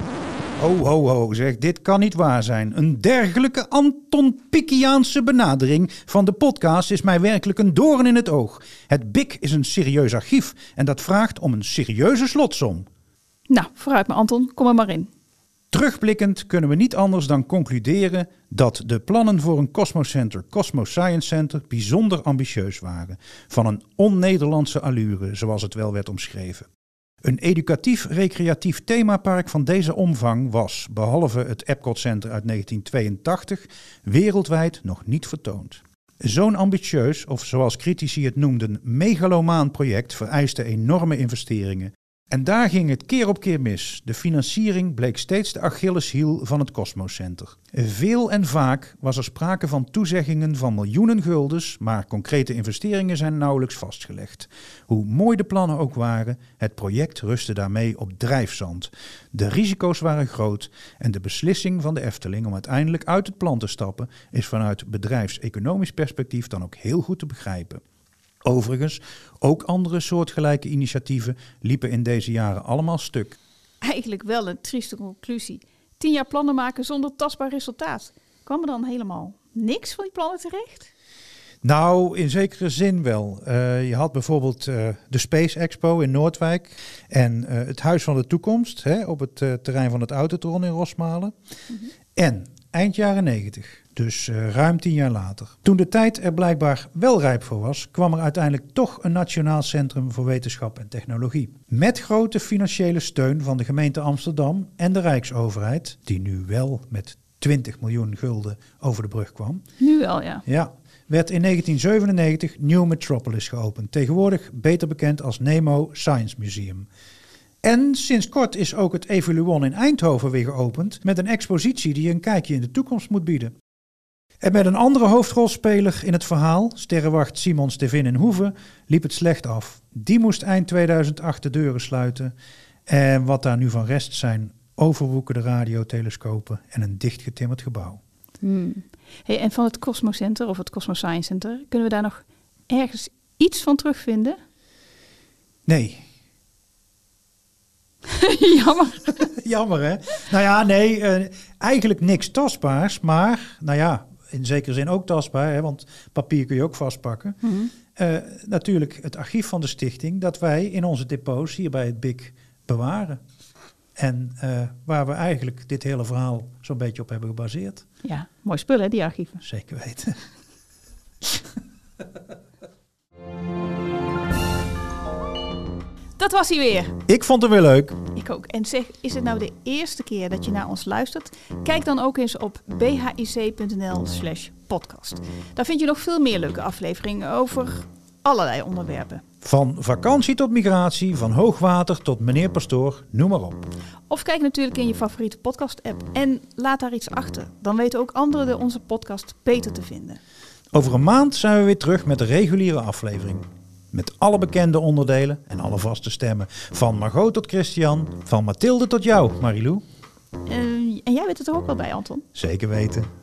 Ho, ho, ho, zeg, dit kan niet waar zijn. Een dergelijke Anton Pickiaanse benadering van de podcast is mij werkelijk een doorn in het oog. Het B I C is een serieus archief en dat vraagt om een serieuze slotsom. Nou, vooruit maar Anton, kom er maar in. Terugblikkend kunnen we niet anders dan concluderen dat de plannen voor een Cosmocenter, Cosmo Science Center, bijzonder ambitieus waren. Van een on-Nederlandse allure, zoals het wel werd omschreven. Een educatief-recreatief themapark van deze omvang was, behalve het Epcot Center uit negentien tweeëntachtig, wereldwijd nog niet vertoond. Zo'n ambitieus, of zoals critici het noemden, megalomaan project vereiste enorme investeringen. En daar ging het keer op keer mis. De financiering bleek steeds de Achilleshiel van het Cosmocenter. Veel en vaak was er sprake van toezeggingen van miljoenen guldens, maar concrete investeringen zijn nauwelijks vastgelegd. Hoe mooi de plannen ook waren, het project rustte daarmee op drijfzand. De risico's waren groot en de beslissing van de Efteling om uiteindelijk uit het plan te stappen is vanuit bedrijfseconomisch perspectief dan ook heel goed te begrijpen. Overigens, ook andere soortgelijke initiatieven liepen in deze jaren allemaal stuk. Eigenlijk wel een trieste conclusie. Tien jaar plannen maken zonder tastbaar resultaat. Kwam er dan helemaal niks van die plannen terecht? Nou, in zekere zin wel. Uh, je had bijvoorbeeld uh, de Space Expo in Noordwijk en uh, het Huis van de Toekomst hè, op het uh, terrein van het Autotron in Rosmalen. Mm-hmm. En eind jaren negentig. Dus uh, ruim tien jaar later. Toen de tijd er blijkbaar wel rijp voor was, kwam er uiteindelijk toch een Nationaal Centrum voor Wetenschap en Technologie. Met grote financiële steun van de gemeente Amsterdam en de Rijksoverheid, die nu wel met twintig miljoen gulden over de brug kwam. Nu wel, ja. Ja, werd in negentien zevenennegentig New Metropolis geopend. Tegenwoordig beter bekend als Nemo Science Museum. En sinds kort is ook het Evoluon in Eindhoven weer geopend met een expositie die een kijkje in de toekomst moet bieden. En met een andere hoofdrolspeler in het verhaal, sterrenwacht Simon Stevin in Hoeve, liep het slecht af. Die moest eind tweeduizend acht de deuren sluiten. En wat daar nu van rest zijn overwoekende radiotelescopen en een dichtgetimmerd gebouw. Hmm. Hey, en van het Cosmocenter of het Cosmo Science Center, kunnen we daar nog ergens iets van terugvinden? Nee. Jammer. Jammer, hè? Nou ja, nee, uh, eigenlijk niks tastbaars, maar, nou ja, in zekere zin ook tastbaar, hè, want papier kun je ook vastpakken. Mm-hmm. Uh, natuurlijk het archief van de stichting, dat wij in onze depots hier bij het B I C bewaren. En uh, waar we eigenlijk dit hele verhaal zo'n beetje op hebben gebaseerd. Ja, mooi spul hè, die archieven. Zeker weten. Dat was hij weer. Ik vond hem weer leuk. Ik ook. En zeg, is het nou de eerste keer dat je naar ons luistert? Kijk dan ook eens op bhic.nl slash podcast. Daar vind je nog veel meer leuke afleveringen over allerlei onderwerpen. Van vakantie tot migratie, van hoogwater tot meneer Pastoor, noem maar op. Of kijk natuurlijk in je favoriete podcast-app en laat daar iets achter. Dan weten ook anderen de onze podcast beter te vinden. Over een maand zijn we weer terug met de reguliere aflevering. Met alle bekende onderdelen en alle vaste stemmen. Van Margot tot Christian, van Mathilde tot jou, Marilou. Uh, en jij bent er toch ook wel bij, Anton? Zeker weten.